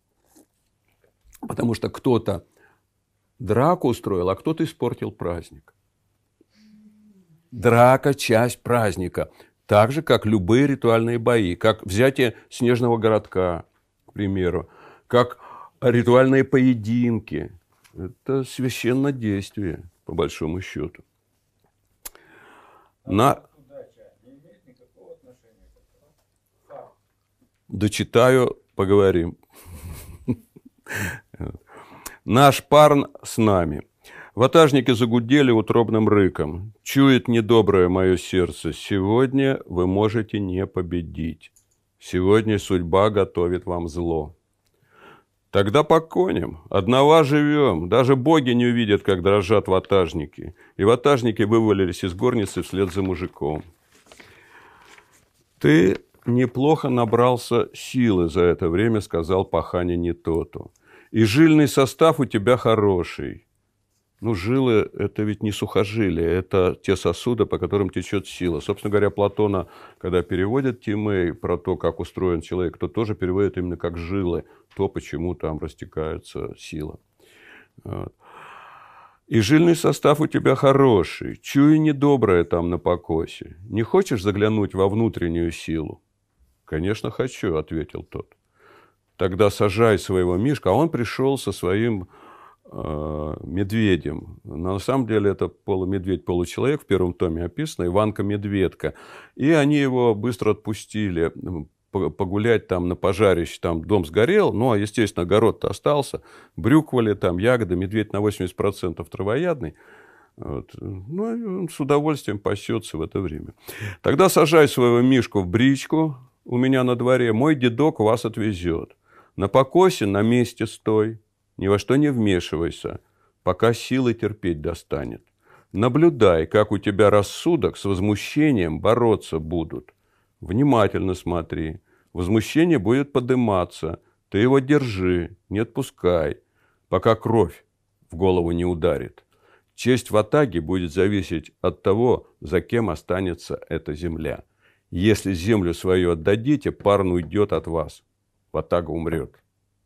Потому что кто-то драку устроил, а кто-то испортил праздник. Драка – часть праздника. Так же, как любые ритуальные бои. Как взятие снежного городка, к примеру. Как ритуальные поединки. Это священное действие, по большому счету. Дочитаю, поговорим. Наш парн с нами. Ватажники загудели утробным рыком. Чует недоброе мое сердце. Сегодня вы можете не победить. Сегодня судьба готовит вам зло. Тогда по коням. Одного живем. Даже боги не увидят, как дрожат ватажники. И ватажники вывалились из горницы вслед за мужиком. Ты неплохо набрался силы за это время, сказал Паханин Нетоту. И жильный состав у тебя хороший. Ну, жилы – это ведь не сухожилия, это те сосуды, по которым течет сила. Собственно говоря, Платона, когда переводит Тимей про то, как устроен человек, то тоже переводит именно как жилы, то, почему там растекается сила. Вот. И жильный состав у тебя хороший, чую недоброе там на покосе. Не хочешь заглянуть во внутреннюю силу? Конечно, хочу, ответил тот. Тогда сажай своего Мишку, а он пришел со своим медведем. На самом деле это полумедведь, получеловек, в первом томе описано, Иванка-медведка. И они его быстро отпустили погулять там на пожарище, там дом сгорел, ну, а, естественно, огород-то остался, брюквали, там ягоды, медведь на 80% травоядный. Вот. Ну, и он с удовольствием пасется в это время. Тогда сажай своего Мишку в бричку у меня на дворе, мой дедок вас отвезет. На покосе на месте стой. Ни во что не вмешивайся, пока силы терпеть достанет. Наблюдай, как у тебя рассудок с возмущением бороться будут. Внимательно смотри. Возмущение будет подниматься. Ты его держи, не отпускай, пока кровь в голову не ударит. Честь в атаге будет зависеть от того, за кем останется эта земля. Если землю свою отдадите, парн уйдет от вас. Ватага умрет.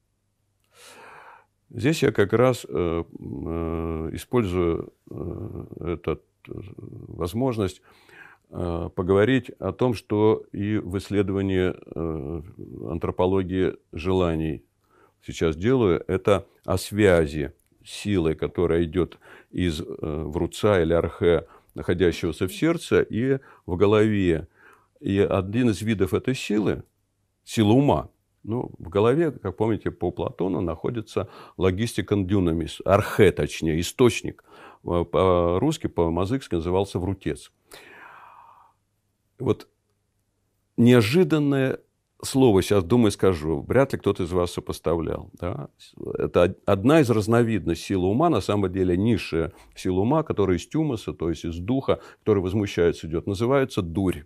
Здесь я как раз использую эту возможность поговорить о том, что и в исследовании антропологии желаний сейчас делаю, это о связи силы, которая идет из вруца или архе, находящегося в сердце, и в голове. И один из видов этой силы – сила ума. Ну, в голове, как помните, по Платону находится логистикон дюнамис, архе, точнее, источник. По-русски, по-мазыкски назывался врутец. Вот неожиданное слово, сейчас, думаю, скажу, вряд ли кто-то из вас сопоставлял. Да? Это одна из разновидностей силы ума, на самом деле низшая сила ума, которая из тюмоса, то есть из духа, который возмущается, идет, называется дурь.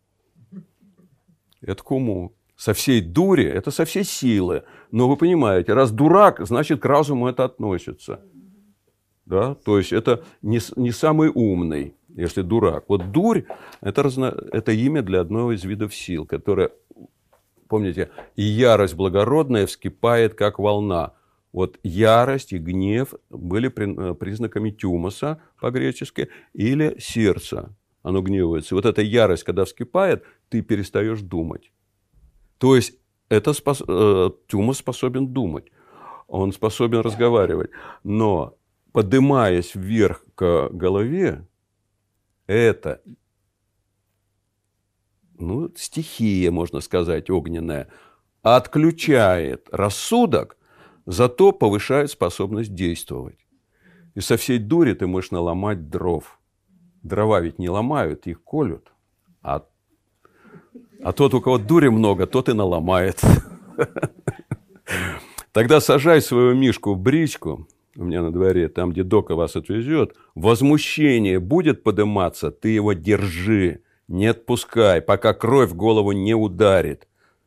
Это к уму. Со всей дури, это со всей силы. Но вы понимаете, раз дурак, значит, к разуму это относится. Да? То есть, это не самый умный, если дурак. Вот дурь – это имя для одного из видов сил, которое, помните, и ярость благородная вскипает, как волна. Вот ярость и гнев были признаками тюмоса по-гречески или сердца. Оно гневается. И вот эта ярость, когда вскипает, ты перестаешь думать. То есть, тюмос способен думать, он способен разговаривать. Но, поднимаясь вверх к голове, это стихия, можно сказать, огненная, отключает рассудок, зато повышает способность действовать. И со всей дури ты можешь наломать дров. Дрова ведь не ломают, их колют. А тот, у кого дури много, тот и наломает. Тогда сажай своего Мишку в бричку, у меня на дворе, там, где Дока вас отвезет, возмущение будет подниматься, ты его держи, не отпускай, пока кровь в голову не ударит.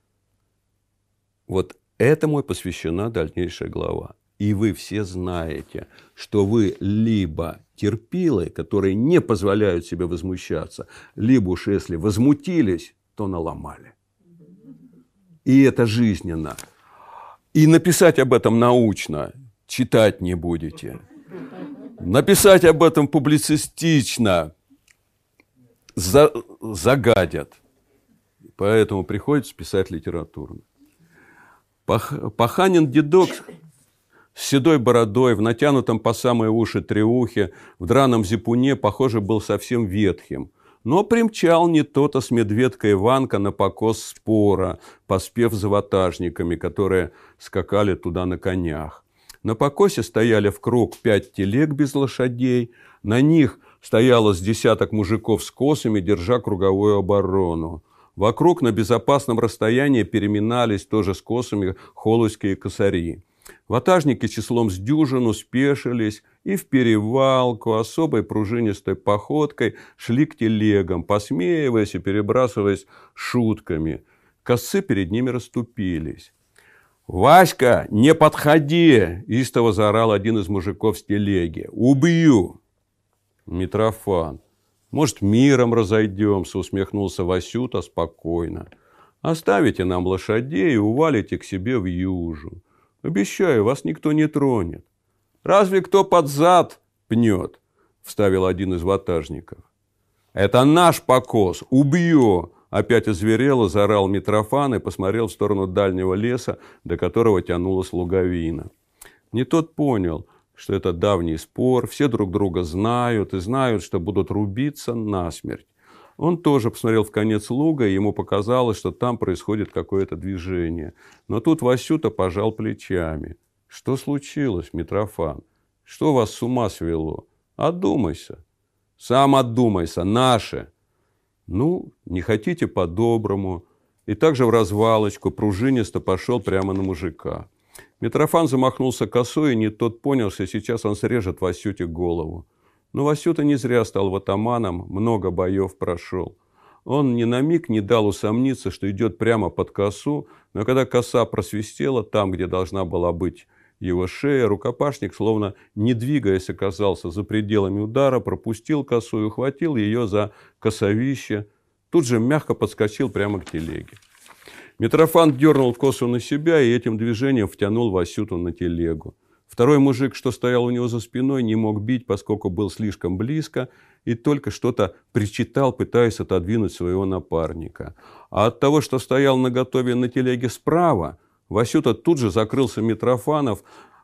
Вот этому и посвящена дальнейшая глава. И вы все знаете, что вы либо терпилы, которые не позволяют себе возмущаться, либо уж если возмутились, то наломали. И это жизненно. И написать об этом научно читать не будете. Написать об этом публицистично загадят. Поэтому приходится писать литературно. Паханин дедок с седой бородой, в натянутом по самые уши треухе, в драном зипуне, похоже, был совсем ветхим. Но примчал Нетота с медведкой Иванка на покос спора, поспев за ватажниками, которые скакали туда на конях. На покосе стояли в круг 5 телег без лошадей, на них стояло с десяток мужиков с косами, держа круговую оборону. Вокруг на безопасном расстоянии переминались тоже с косами холуйские косари. Ватажники числом с дюжину спешились и в перевалку особой пружинистой походкой шли к телегам, посмеиваясь и перебрасываясь шутками. Косцы перед ними расступились. «Васька, не подходи!» – истово заорал один из мужиков с телеги. «Убью!» Митрофан. «Может, миром разойдемся?» – усмехнулся Васюта спокойно. «Оставите нам лошадей и увалите к себе в Южу. Обещаю, вас никто не тронет». «Разве кто под зад пнет?» – вставил один из ватажников. «Это наш покос! Убью!» Опять озверело, заорал Митрофан и посмотрел в сторону дальнего леса, до которого тянулась луговина. Не тот понял, что это давний спор, все друг друга знают и знают, что будут рубиться насмерть. Он тоже посмотрел в конец луга, и ему показалось, что там происходит какое-то движение. Но тут Васюта пожал плечами. «Что случилось, Митрофан? Что вас с ума свело? Одумайся». «Сам одумайся, наши!» «Ну, не хотите по-доброму». И также в развалочку пружинисто пошел прямо на мужика. Митрофан замахнулся косой, и не тот понял, что сейчас он срежет Васюте голову. Но Васюта не зря стал ватаманом, много боев прошел. Он ни на миг не дал усомниться, что идет прямо под косу, но когда коса просвистела там, где должна была быть его шея, рукопашник, словно не двигаясь, оказался за пределами удара, пропустил косу и ухватил ее за косовище, тут же мягко подскочил прямо к телеге. Митрофан дернул косу на себя и этим движением втянул Васюту на телегу. Второй мужик, что стоял у него за спиной, не мог бить, поскольку был слишком близко, и только что-то причитал, пытаясь отодвинуть своего напарника. А от того, что стоял наготове на телеге справа, Васюта тут же закрылся Митрофаном,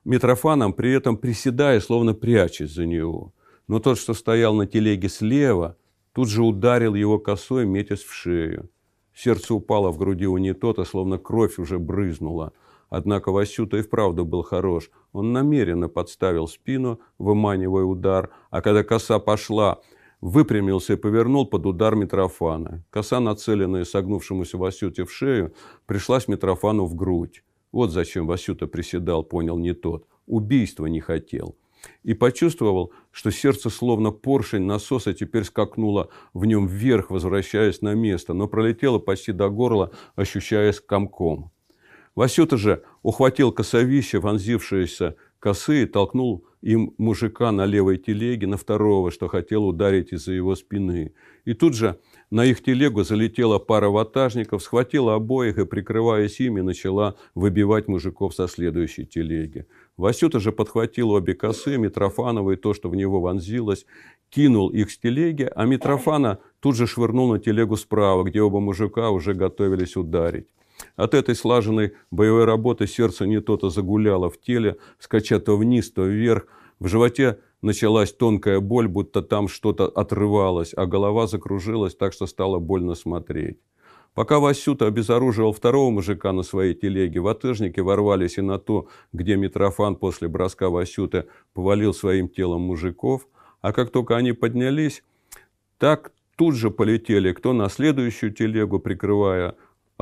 при этом приседая, словно прячась за него. Но тот, что стоял на телеге слева, тут же ударил его косой, метясь в шею. Сердце упало в груди у Нетота, словно кровь уже брызнула. Однако Васюта и вправду был хорош. Он намеренно подставил спину, выманивая удар, а когда коса пошла, выпрямился и повернул под удар Митрофана. Коса, нацеленная согнувшемуся Васюте в шею, пришлась Митрофану в грудь. Вот зачем Васюта приседал, понял Нетот. Убийства не хотел. И почувствовал, что сердце, словно поршень насоса, теперь скакнуло в нем вверх, возвращаясь на место, но пролетело почти до горла, ощущаясь комком. Васюта же ухватил косовище, вонзившееся косы, и толкнул им мужика на левой телеге, на второго, что хотел ударить из-за его спины. И тут же на их телегу залетела пара ватажников, схватила обоих и, прикрываясь ими, начала выбивать мужиков со следующей телеги. Васюта же подхватил обе косы, Митрофанова и то, что в него вонзилось, кинул их с телеги, а Митрофана тут же швырнул на телегу справа, где оба мужика уже готовились ударить. От этой слаженной боевой работы сердце Нетота загуляло в теле, скача то вниз, то вверх. В животе началась тонкая боль, будто там что-то отрывалось, а голова закружилась так, что стало больно смотреть. Пока Васюта обезоруживал второго мужика на своей телеге, ватажники ворвались и на то, где Митрофан после броска Васюты повалил своим телом мужиков, а как только они поднялись, так тут же полетели кто на следующую телегу, перекрывая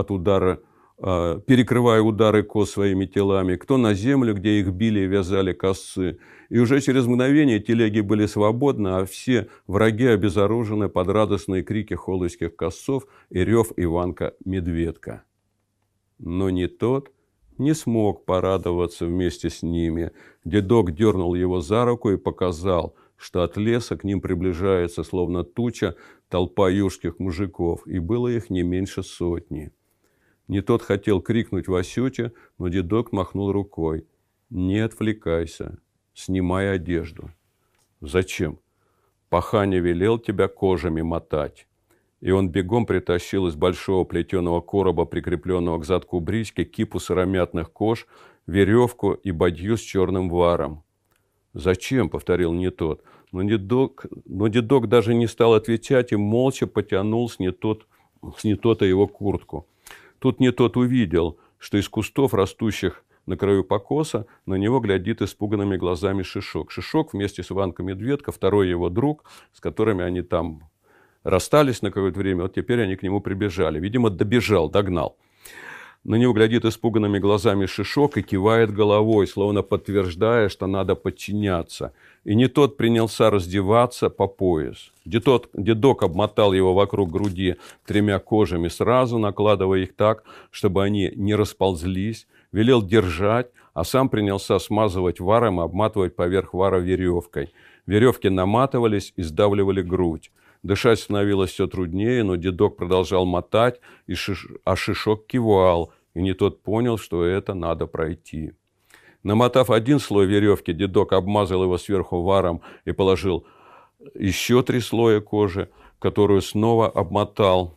удары кос своими телами, кто на землю, где их били и вязали косы. И уже через мгновение телеги были свободны, а все враги обезоружены под радостные крики холойских косцов и рев Иванка-Медведка. Но Нетот не смог порадоваться вместе с ними. Дедок дернул его за руку и показал, что от леса к ним приближается, словно туча, толпа южских мужиков, и было их не меньше сотни. Нетот хотел крикнуть Васюте, но дедок махнул рукой. «Не отвлекайся, снимай одежду». «Зачем?» «Паханя велел тебя кожами мотать». И он бегом притащил из большого плетеного короба, прикрепленного к задку брички, кипу сыромятных кож, веревку и бадью с черным варом. «Зачем?» — повторил Нетот. Но дедок даже не стал отвечать и молча потянул с Нетота его куртку. Тут Нетот увидел, что из кустов, растущих на краю покоса, на него глядит испуганными глазами Шишок. Шишок вместе с Иванком-Медведко, второй его друг, с которыми они там расстались на какое-то время, вот теперь они к нему прибежали. Видимо, догнал. На него глядит испуганными глазами Шишок и кивает головой, словно подтверждая, что надо подчиняться. И не тот принялся раздеваться по пояс. Дедок обмотал его вокруг груди 3 кожами сразу, накладывая их так, чтобы они не расползлись, велел держать, а сам принялся смазывать варом и обматывать поверх вара веревкой. Веревки наматывались и сдавливали грудь. Дышать становилось все труднее, но дедок продолжал мотать, а Шишок кивал, и не тот понял, что это надо пройти. Намотав 1 слой веревки, дедок обмазал его сверху варом и положил еще 3 слоя кожи, которую снова обмотал.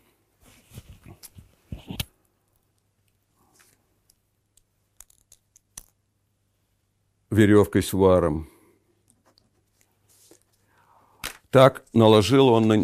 Веревкой с варом. Так наложил он на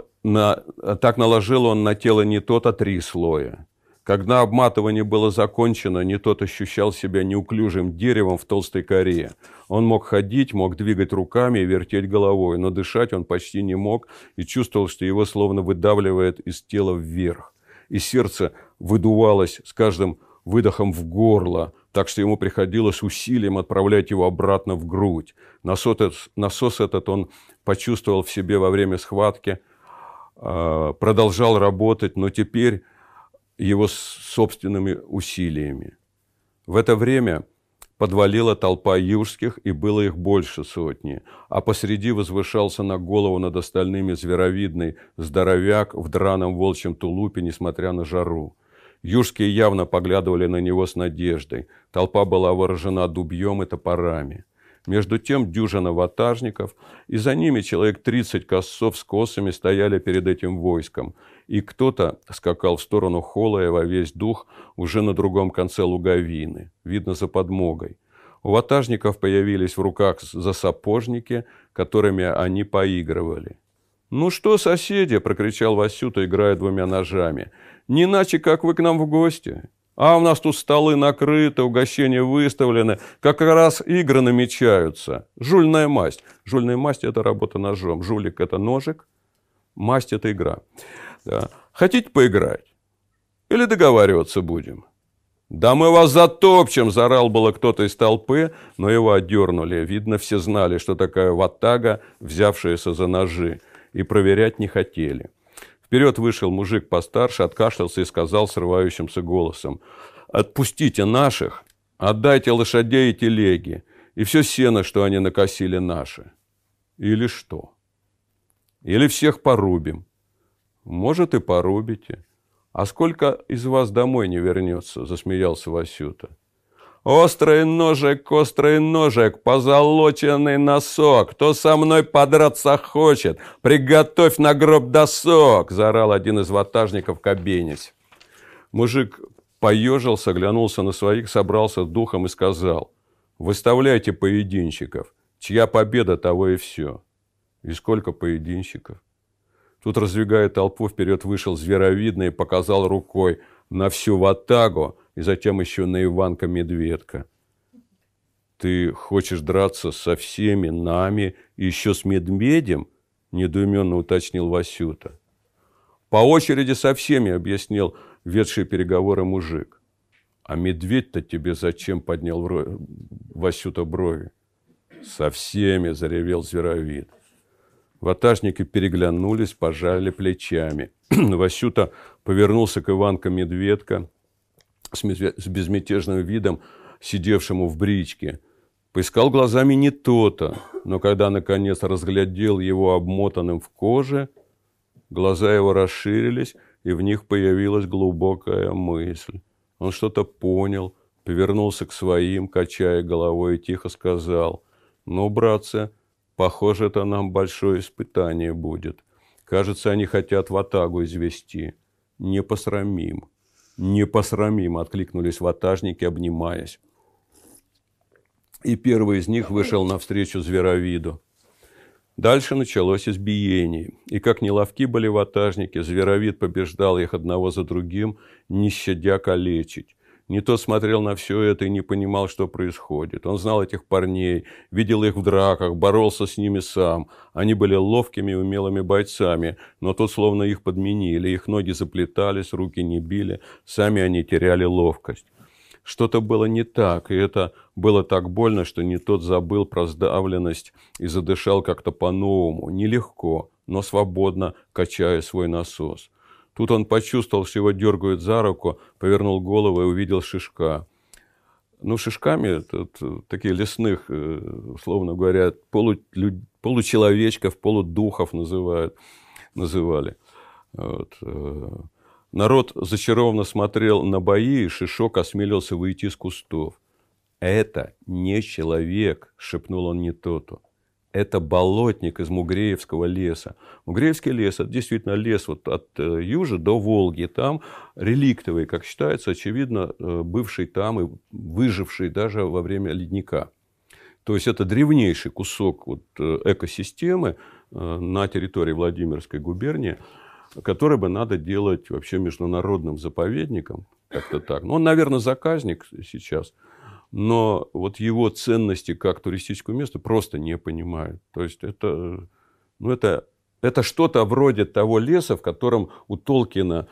тело не тот, а 3 слоя. Когда обматывание было закончено, не тот ощущал себя неуклюжим деревом в толстой коре. Он мог ходить, мог двигать руками и вертеть головой, но дышать он почти не мог и чувствовал, что его словно выдавливает из тела вверх. И сердце выдувалось с каждым выдохом в горло, так что ему приходилось усилием отправлять его обратно в грудь. Насос этот он почувствовал в себе во время схватки, продолжал работать, но теперь его собственными усилиями. В это время подвалила толпа южских, и было их больше 100, а посреди возвышался на голову над остальными зверовидный здоровяк в драном волчьем тулупе, несмотря на жару. Южские явно поглядывали на него с надеждой. Толпа была вооружена дубьем и топорами. Между тем дюжина ватажников, и за ними человек 30 косцов с косами стояли перед этим войском. И кто-то скакал в сторону Холоя во весь дух уже на другом конце луговины, видно за подмогой. У ватажников появились в руках засапожники, которыми они поигрывали. «Ну что, соседи!» – прокричал Васюта, играя 2 ножами. «Не иначе, как вы к нам в гости. А у нас тут столы накрыты, угощения выставлены, как раз игры намечаются. Жульная масть. Жульная масть – это работа ножом. Жулик – это ножик, масть – это игра. Да. Хотите поиграть? Или договариваться будем?» «Да мы вас затопчем!» – заорал было кто-то из толпы, но его отдернули. Видно, все знали, что такая ватага, взявшаяся за ножи, и проверять не хотели. Вперед вышел мужик постарше, откашлялся и сказал срывающимся голосом: «Отпустите наших, отдайте лошадей и телеги, и все сено, что они накосили, наше». «Или что? Или всех порубим?» «Может, и порубите. А сколько из вас домой не вернется?» – засмеялся Васюта. «Острый ножик, позолоченный носок, кто со мной подраться хочет, приготовь на гроб досок!» – заорал один из ватажников, кабенясь. Мужик поежился, оглянулся на своих, собрался с духом и сказал: «Выставляйте поединщиков, чья победа, того и все». «И сколько поединщиков?» Тут, раздвигая толпу, вперед вышел зверовидный и показал рукой на всю ватагу, и затем еще на Иванка-медведка. «Ты хочешь драться со всеми нами и еще с медведем?» – недоуменно уточнил Васюта. «По очереди со всеми», – объяснил ведший переговоры мужик. «А медведь-то тебе зачем?» – поднял Васюта брови. «Со всеми», – заревел зверовид. Ватажники переглянулись, пожали плечами. Васюта повернулся к Иванка-медведка с безмятежным видом, сидевшему в бричке. Поискал глазами не то-то, но когда наконец разглядел его обмотанным в коже, глаза его расширились, и в них появилась глубокая мысль. Он что-то понял, повернулся к своим, качая головой, и тихо сказал: «Ну, братцы, похоже, это нам большое испытание будет. Кажется, они хотят ватагу извести. Не посрамим». «Не посрамим», — откликнулись ватажники, обнимаясь. И первый из них вышел навстречу зверовиду. Дальше началось избиение. И как неловки были ватажники, зверовид побеждал их одного за другим, не щадя калечить. Не тот смотрел на все это и не понимал, что происходит. Он знал этих парней, видел их в драках, боролся с ними сам. Они были ловкими и умелыми бойцами, но тут словно их подменили. Их ноги заплетались, руки не били, сами они теряли ловкость. Что-то было не так, и это было так больно, что не тот забыл про сдавленность и задышал как-то по-новому, нелегко, но свободно, качая свой насос. Тут он почувствовал, что его дергают за руку, повернул голову и увидел Шишка. Ну, Шишками тут такие лесных, условно говоря, получеловечков, полудухов называли. Вот. Народ зачарованно смотрел на бои, и Шишок осмелился выйти из кустов. «Это не человек», — шепнул он Нетоту. «Это болотник из Мугреевского леса». Мугреевский лес – это действительно лес вот от Южи до Волги. Там реликтовый, как считается, очевидно, бывший там и выживший даже во время ледника. То есть это древнейший кусок вот экосистемы на территории Владимирской губернии, который бы надо делать вообще международным заповедником. Как-то так. Ну, он, наверное, заказник сейчас. Но вот его ценности как туристического места просто не понимают. То есть это что-то вроде того леса, в котором у Толкина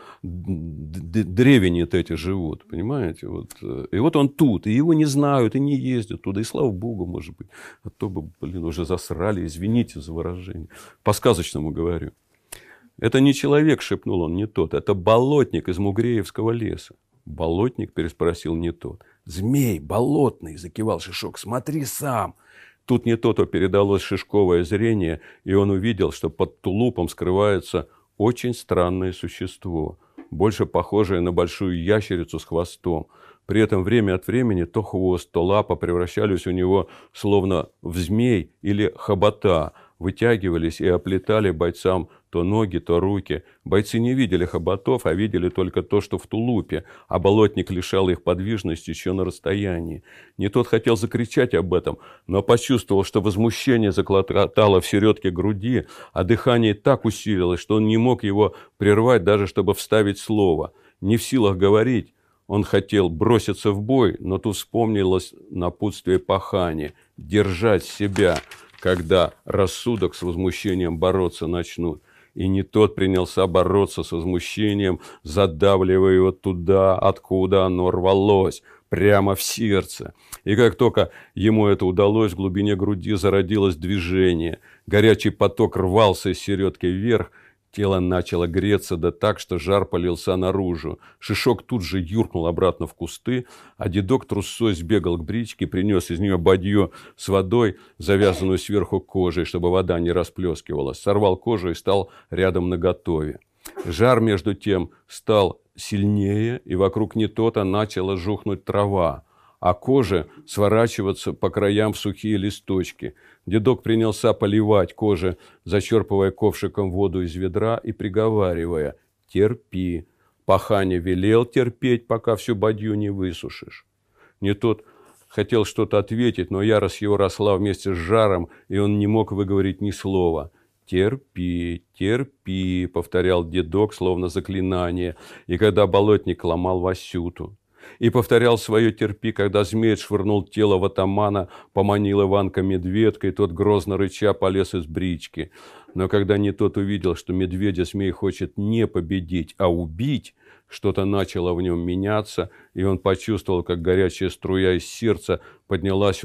древени эти живут. Понимаете? Вот. И вот он тут, и его не знают, и не ездят туда. И слава богу, может быть. А то бы, уже засрали, извините за выражение. По-сказочному говорю. Это не человек, шепнул он, не тот. Это болотник из Мугреевского леса. Болотник, переспросил не тот. «Змей болотный!» – закивал Шишок. «Смотри сам!» Тут не то передалось шишковое зрение, и он увидел, что под тулупом скрывается очень странное существо, больше похожее на большую ящерицу с хвостом. При этом время от времени то хвост, то лапа превращались у него словно в змей или хобота, вытягивались и оплетали бойцам то ноги, то руки. Бойцы не видели хоботов, а видели только то, что в тулупе, а болотник лишал их подвижности еще на расстоянии. Не тот хотел закричать об этом, но почувствовал, что возмущение заклокотало в середке груди, а дыхание так усилилось, что он не мог его прервать, даже чтобы вставить слово. Не в силах говорить, он хотел броситься в бой, но тут вспомнилось напутствие Пахани – держать себя, когда рассудок с возмущением бороться начнут. И не тот принялся бороться с возмущением, задавливая его туда, откуда оно рвалось, прямо в сердце. И как только ему это удалось, в глубине груди зародилось движение. Горячий поток рвался из середки вверх, тело начало греться, да так, что жар полился наружу. Шишок тут же юркнул обратно в кусты, а дедок трусцой сбегал к бричке, принес из нее бадью с водой, завязанную сверху кожей, чтобы вода не расплескивалась. Сорвал кожу и стал рядом наготове. Жар, между тем, стал сильнее, и вокруг Нетота начала жухнуть трава, а кожа сворачиваться по краям в сухие листочки. Дедок принялся поливать кожу, зачерпывая ковшиком воду из ведра и приговаривая: «Терпи». Паханя велел терпеть, пока всю бадью не высушишь. Не тот хотел что-то ответить, но ярость его росла вместе с жаром, и он не мог выговорить ни слова. «Терпи, терпи», — повторял дедок, словно заклинание, и когда болотник ломал Васюту. И повторял свое «терпи», когда змей швырнул тело в атамана, поманил Иванка медведкой, и тот грозно рыча полез из брички. Но когда не тот увидел, что медведя змей хочет не победить, а убить, что-то начало в нем меняться, и он почувствовал, как горячая струя из сердца поднялась и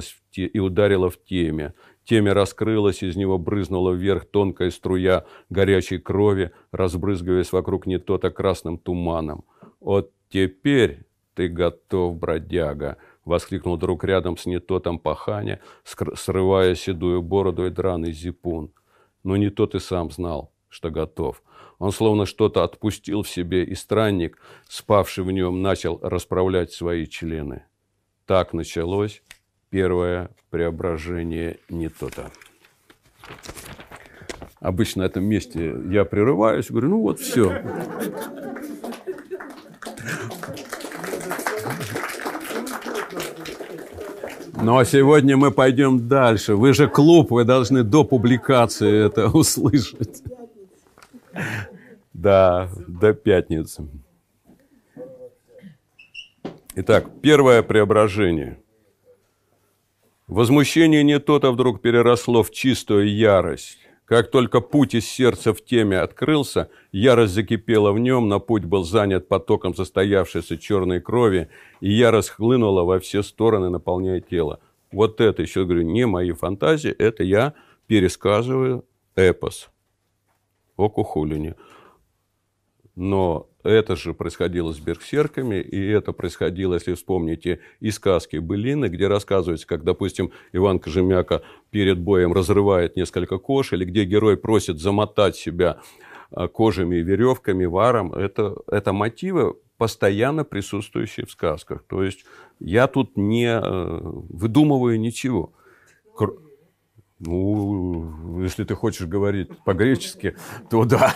ударила в темя. Темя раскрылась, из него брызнула вверх тонкая струя горячей крови, разбрызгиваясь вокруг не то-то красным туманом. «Вот теперь ты готов, бродяга!» — воскликнул вдруг рядом с Нетотом Паханя, срывая седую бороду и драный зипун. Но Нетот и сам знал, что готов. Он словно что-то отпустил в себе, и странник, спавший в нем, начал расправлять свои члены. Так началось первое преображение Нетота. Обычно на этом месте я прерываюсь, говорю: ну вот, все. Ну, а сегодня мы пойдем дальше. Вы же клуб, вы должны до публикации это услышать. Да, до пятницы. Итак, первое преображение. Возмущение не то-то вдруг переросло в чистую ярость. Как только путь из сердца в теме открылся, ярость закипела в нем, но путь был занят потоком застоявшейся черной крови, и ярость хлынула во все стороны, наполняя тело. Вот это, еще говорю, не мои фантазии, это я пересказываю эпос о Кухулине. Но это же происходило с берсерками, и это происходило, если вспомните, и сказки былины, где рассказывается, как, допустим, Иван Кожемяка перед боем разрывает несколько кож, или где герой просит замотать себя кожами и веревками, варом. Это мотивы, постоянно присутствующие в сказках. То есть я тут не выдумываю ничего. Ну, если ты хочешь говорить по-гречески, то да.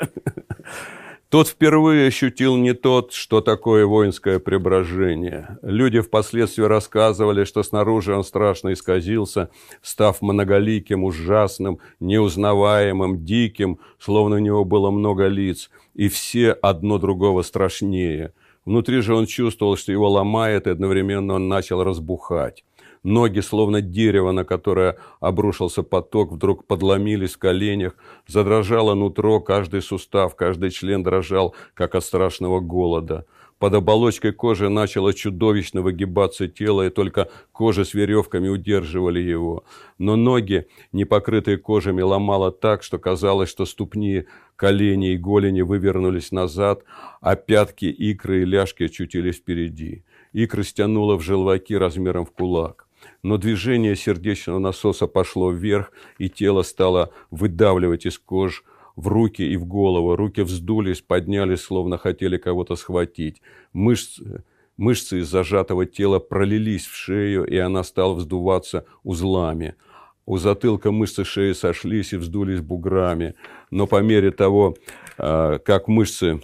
Тот впервые ощутил не тот, что такое воинское преображение. Люди впоследствии рассказывали, что снаружи он страшно исказился, став многоликим, ужасным, неузнаваемым, диким, словно у него было много лиц, и все одно другого страшнее. Внутри же он чувствовал, что его ломает, и одновременно он начал разбухать. Ноги, словно дерево, на которое обрушился поток, вдруг подломились в коленях, задрожало нутро, каждый сустав, каждый член дрожал, как от страшного голода. Под оболочкой кожи начало чудовищно выгибаться тело, и только кожа с веревками удерживали его. Но ноги, не покрытые кожами, ломало так, что казалось, что ступни, колени и голени вывернулись назад, а пятки, икры и ляжки очутились впереди. Икры стянуло в желваки размером в кулак. Но движение сердечного насоса пошло вверх, и тело стало выдавливать из кож в руки и в голову. Руки вздулись, поднялись, словно хотели кого-то схватить. Мышцы из зажатого тела пролились в шею, и она стала вздуваться узлами. У затылка мышцы шеи сошлись и вздулись буграми. Но по мере того, как мышцы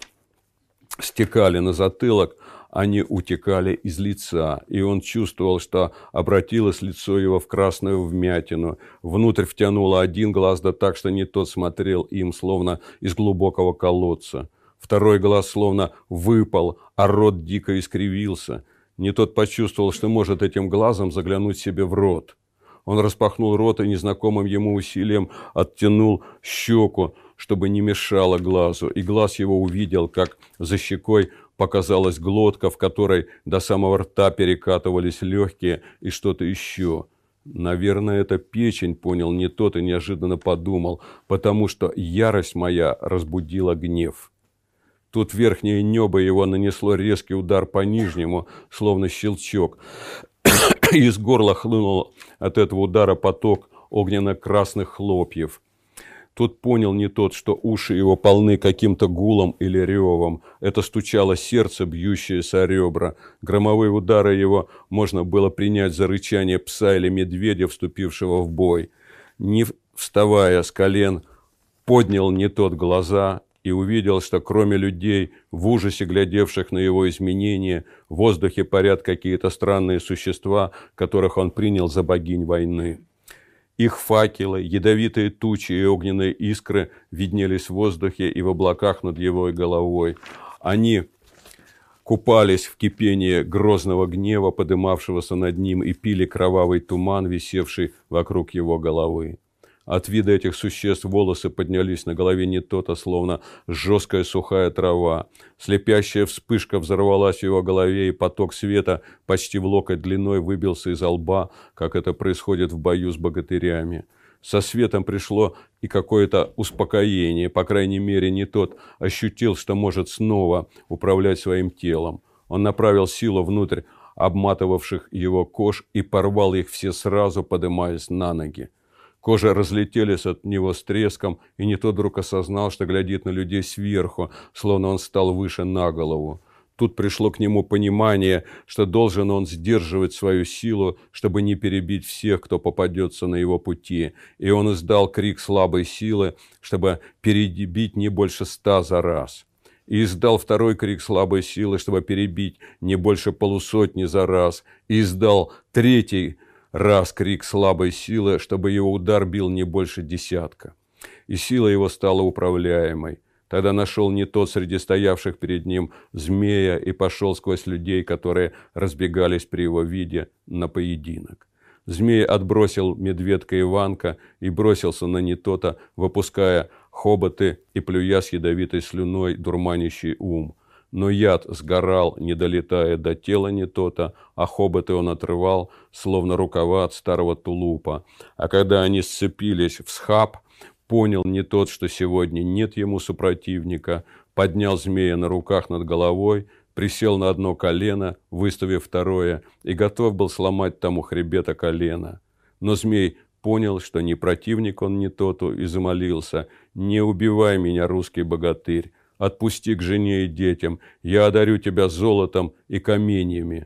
стекали на затылок, они утекали из лица, и он чувствовал, что обратилось лицо его в красную вмятину. Внутрь втянуло один глаз, да так, что не тот смотрел им, словно из глубокого колодца. Второй глаз словно выпал, а рот дико искривился. Не тот почувствовал, что может этим глазом заглянуть себе в рот. Он распахнул рот и незнакомым ему усилием оттянул щеку, чтобы не мешало глазу, и глаз его увидел, как за щекой показалась глотка, в которой до самого рта перекатывались легкие и что-то еще. Наверное, это печень, понял не тот и неожиданно подумал, потому что ярость моя разбудила гнев. Тут верхнее небо его нанесло резкий удар по нижнему, словно щелчок. И из горла хлынул от этого удара поток огненно-красных хлопьев. Тут понял не тот, что уши его полны каким-то гулом или ревом. Это стучало сердце, бьющееся о ребра. Громовые удары его можно было принять за рычание пса или медведя, вступившего в бой. Не вставая с колен, поднял не тот глаза и увидел, что кроме людей, в ужасе глядевших на его изменения, в воздухе парят какие-то странные существа, которых он принял за богинь войны. Их факелы, ядовитые тучи и огненные искры виднелись в воздухе и в облаках над его головой. Они купались в кипении грозного гнева, подымавшегося над ним, и пили кровавый туман, висевший вокруг его головы. От вида этих существ волосы поднялись на голове не то-то, словно жесткая сухая трава. Слепящая вспышка взорвалась в его голове, и поток света почти в локоть длиной выбился из лба, как это происходит в бою с богатырями. Со светом пришло и какое-то успокоение, по крайней мере, не тот ощутил, что может снова управлять своим телом. Он направил силу внутрь обматывавших его кож и порвал их все сразу, подымаясь на ноги. Кожа разлетелись от него с треском, и не тот вдруг осознал, что глядит на людей сверху, словно он стал выше на голову. Тут пришло к нему понимание, что должен он сдерживать свою силу, чтобы не перебить всех, кто попадется на его пути. И он издал крик слабой силы, чтобы перебить не больше 100 за раз. И издал второй крик слабой силы, чтобы перебить не больше полусотни за раз. И издал третий раз крик слабой силы, чтобы его удар бил не больше 10. И сила его стала управляемой. Тогда нашел не тот среди стоявших перед ним змея и пошел сквозь людей, которые разбегались при его виде, на поединок. Змей отбросил медведка Иванка и бросился на Нетота, выпуская хоботы и плюя с ядовитой слюной дурманящий ум. Но яд сгорал, не долетая до тела Нетота, а хоботы он отрывал, словно рукава от старого тулупа. А когда они сцепились в схаб, понял Нетот, что сегодня нет ему супротивника, поднял змея на руках над головой, присел на одно колено, выставив второе, и готов был сломать тому хребет о колено. Но змей понял, что не противник он Нетоту, и замолился: «Не убивай меня, русский богатырь, отпусти к жене и детям, я одарю тебя золотом и каменьями».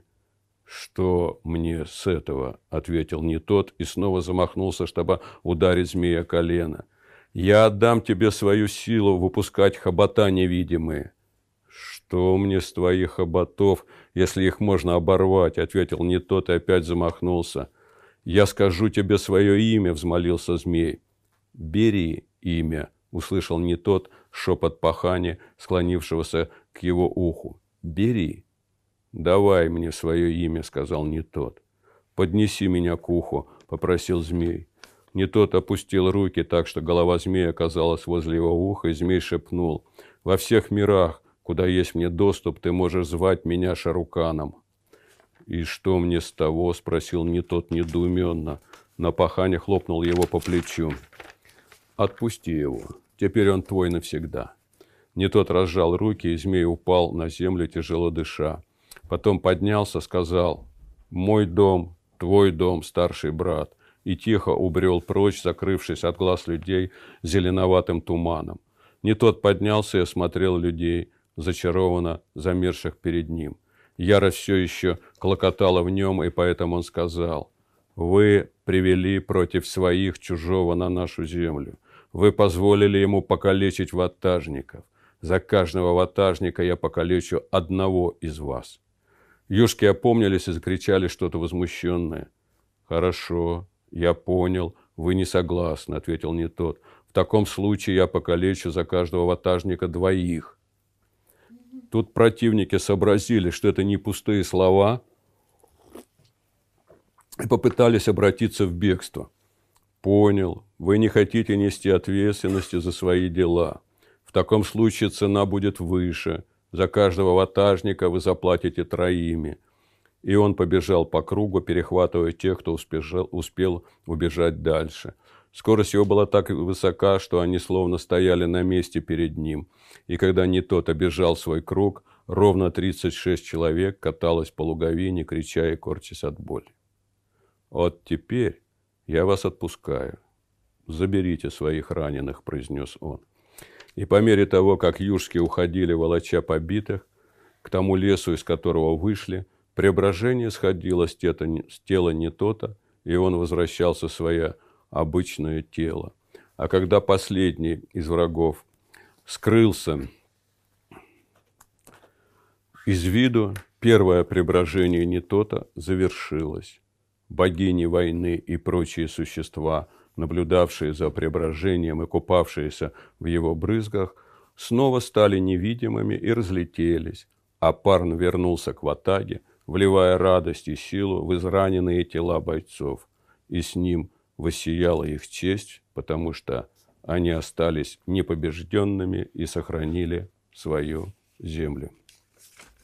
«Что мне с этого?» – ответил Нетот и снова замахнулся, чтобы ударить змея колено. «Я отдам тебе свою силу выпускать хобота невидимые». «Что мне с твоих хоботов, если их можно оборвать?» – ответил Нетот и опять замахнулся. «Я скажу тебе свое имя», – взмолился змей. «Бери имя», – услышал Нетот шепот пахани, склонившегося к его уху. «Бери». «Давай мне свое имя», – сказал Нетот. «Поднеси меня к уху», – попросил змей. Нетот опустил руки так, что голова змея оказалась возле его уха, и змей шепнул: «Во всех мирах, куда есть мне доступ, ты можешь звать меня Шаруканом». «И что мне с того?» – спросил Нетот недоуменно. Но паханя хлопнул его по плечу. «Отпусти его, теперь он твой навсегда». Нетот разжал руки, и змей упал на землю, тяжело дыша. Потом поднялся, сказал: «Мой дом, твой дом, старший брат», и тихо убрел прочь, закрывшись от глаз людей зеленоватым туманом. Нетот поднялся и осмотрел людей, зачарованно замерших перед ним. Ярость все еще клокотала в нем, и поэтому он сказал: «Вы привели против своих чужого на нашу землю. Вы позволили ему покалечить ватажников. За каждого ватажника я покалечу одного из вас». Юшки опомнились и закричали что-то возмущенное. «Хорошо, я понял, вы не согласны», — ответил Нетот. «В таком случае я покалечу за каждого ватажника двоих». Тут противники сообразили, что это не пустые слова, и попытались обратиться в бегство. «Понял, вы не хотите нести ответственности за свои дела. В таком случае цена будет выше. За каждого ватажника вы заплатите 3. И он побежал по кругу, перехватывая тех, кто успел убежать дальше. Скорость его была так высока, что они словно стояли на месте перед ним. И когда Нетот обежал свой круг, ровно 36 человек каталось по луговине, крича и корчась от боли. «Вот теперь я вас отпускаю. Заберите своих раненых», – произнес он. И по мере того, как юшки уходили, волоча побитых, к тому лесу, из которого вышли, преображение сходило с тела Нетота, и он возвращался в свое обычное тело. А когда последний из врагов скрылся из виду, первое преображение Нетота завершилось. Богини войны и прочие существа, наблюдавшие за преображением и купавшиеся в его брызгах, снова стали невидимыми и разлетелись, а Парн вернулся к ватаге, вливая радость и силу в израненные тела бойцов, и с ним воссияла их честь, потому что они остались непобежденными и сохранили свою землю.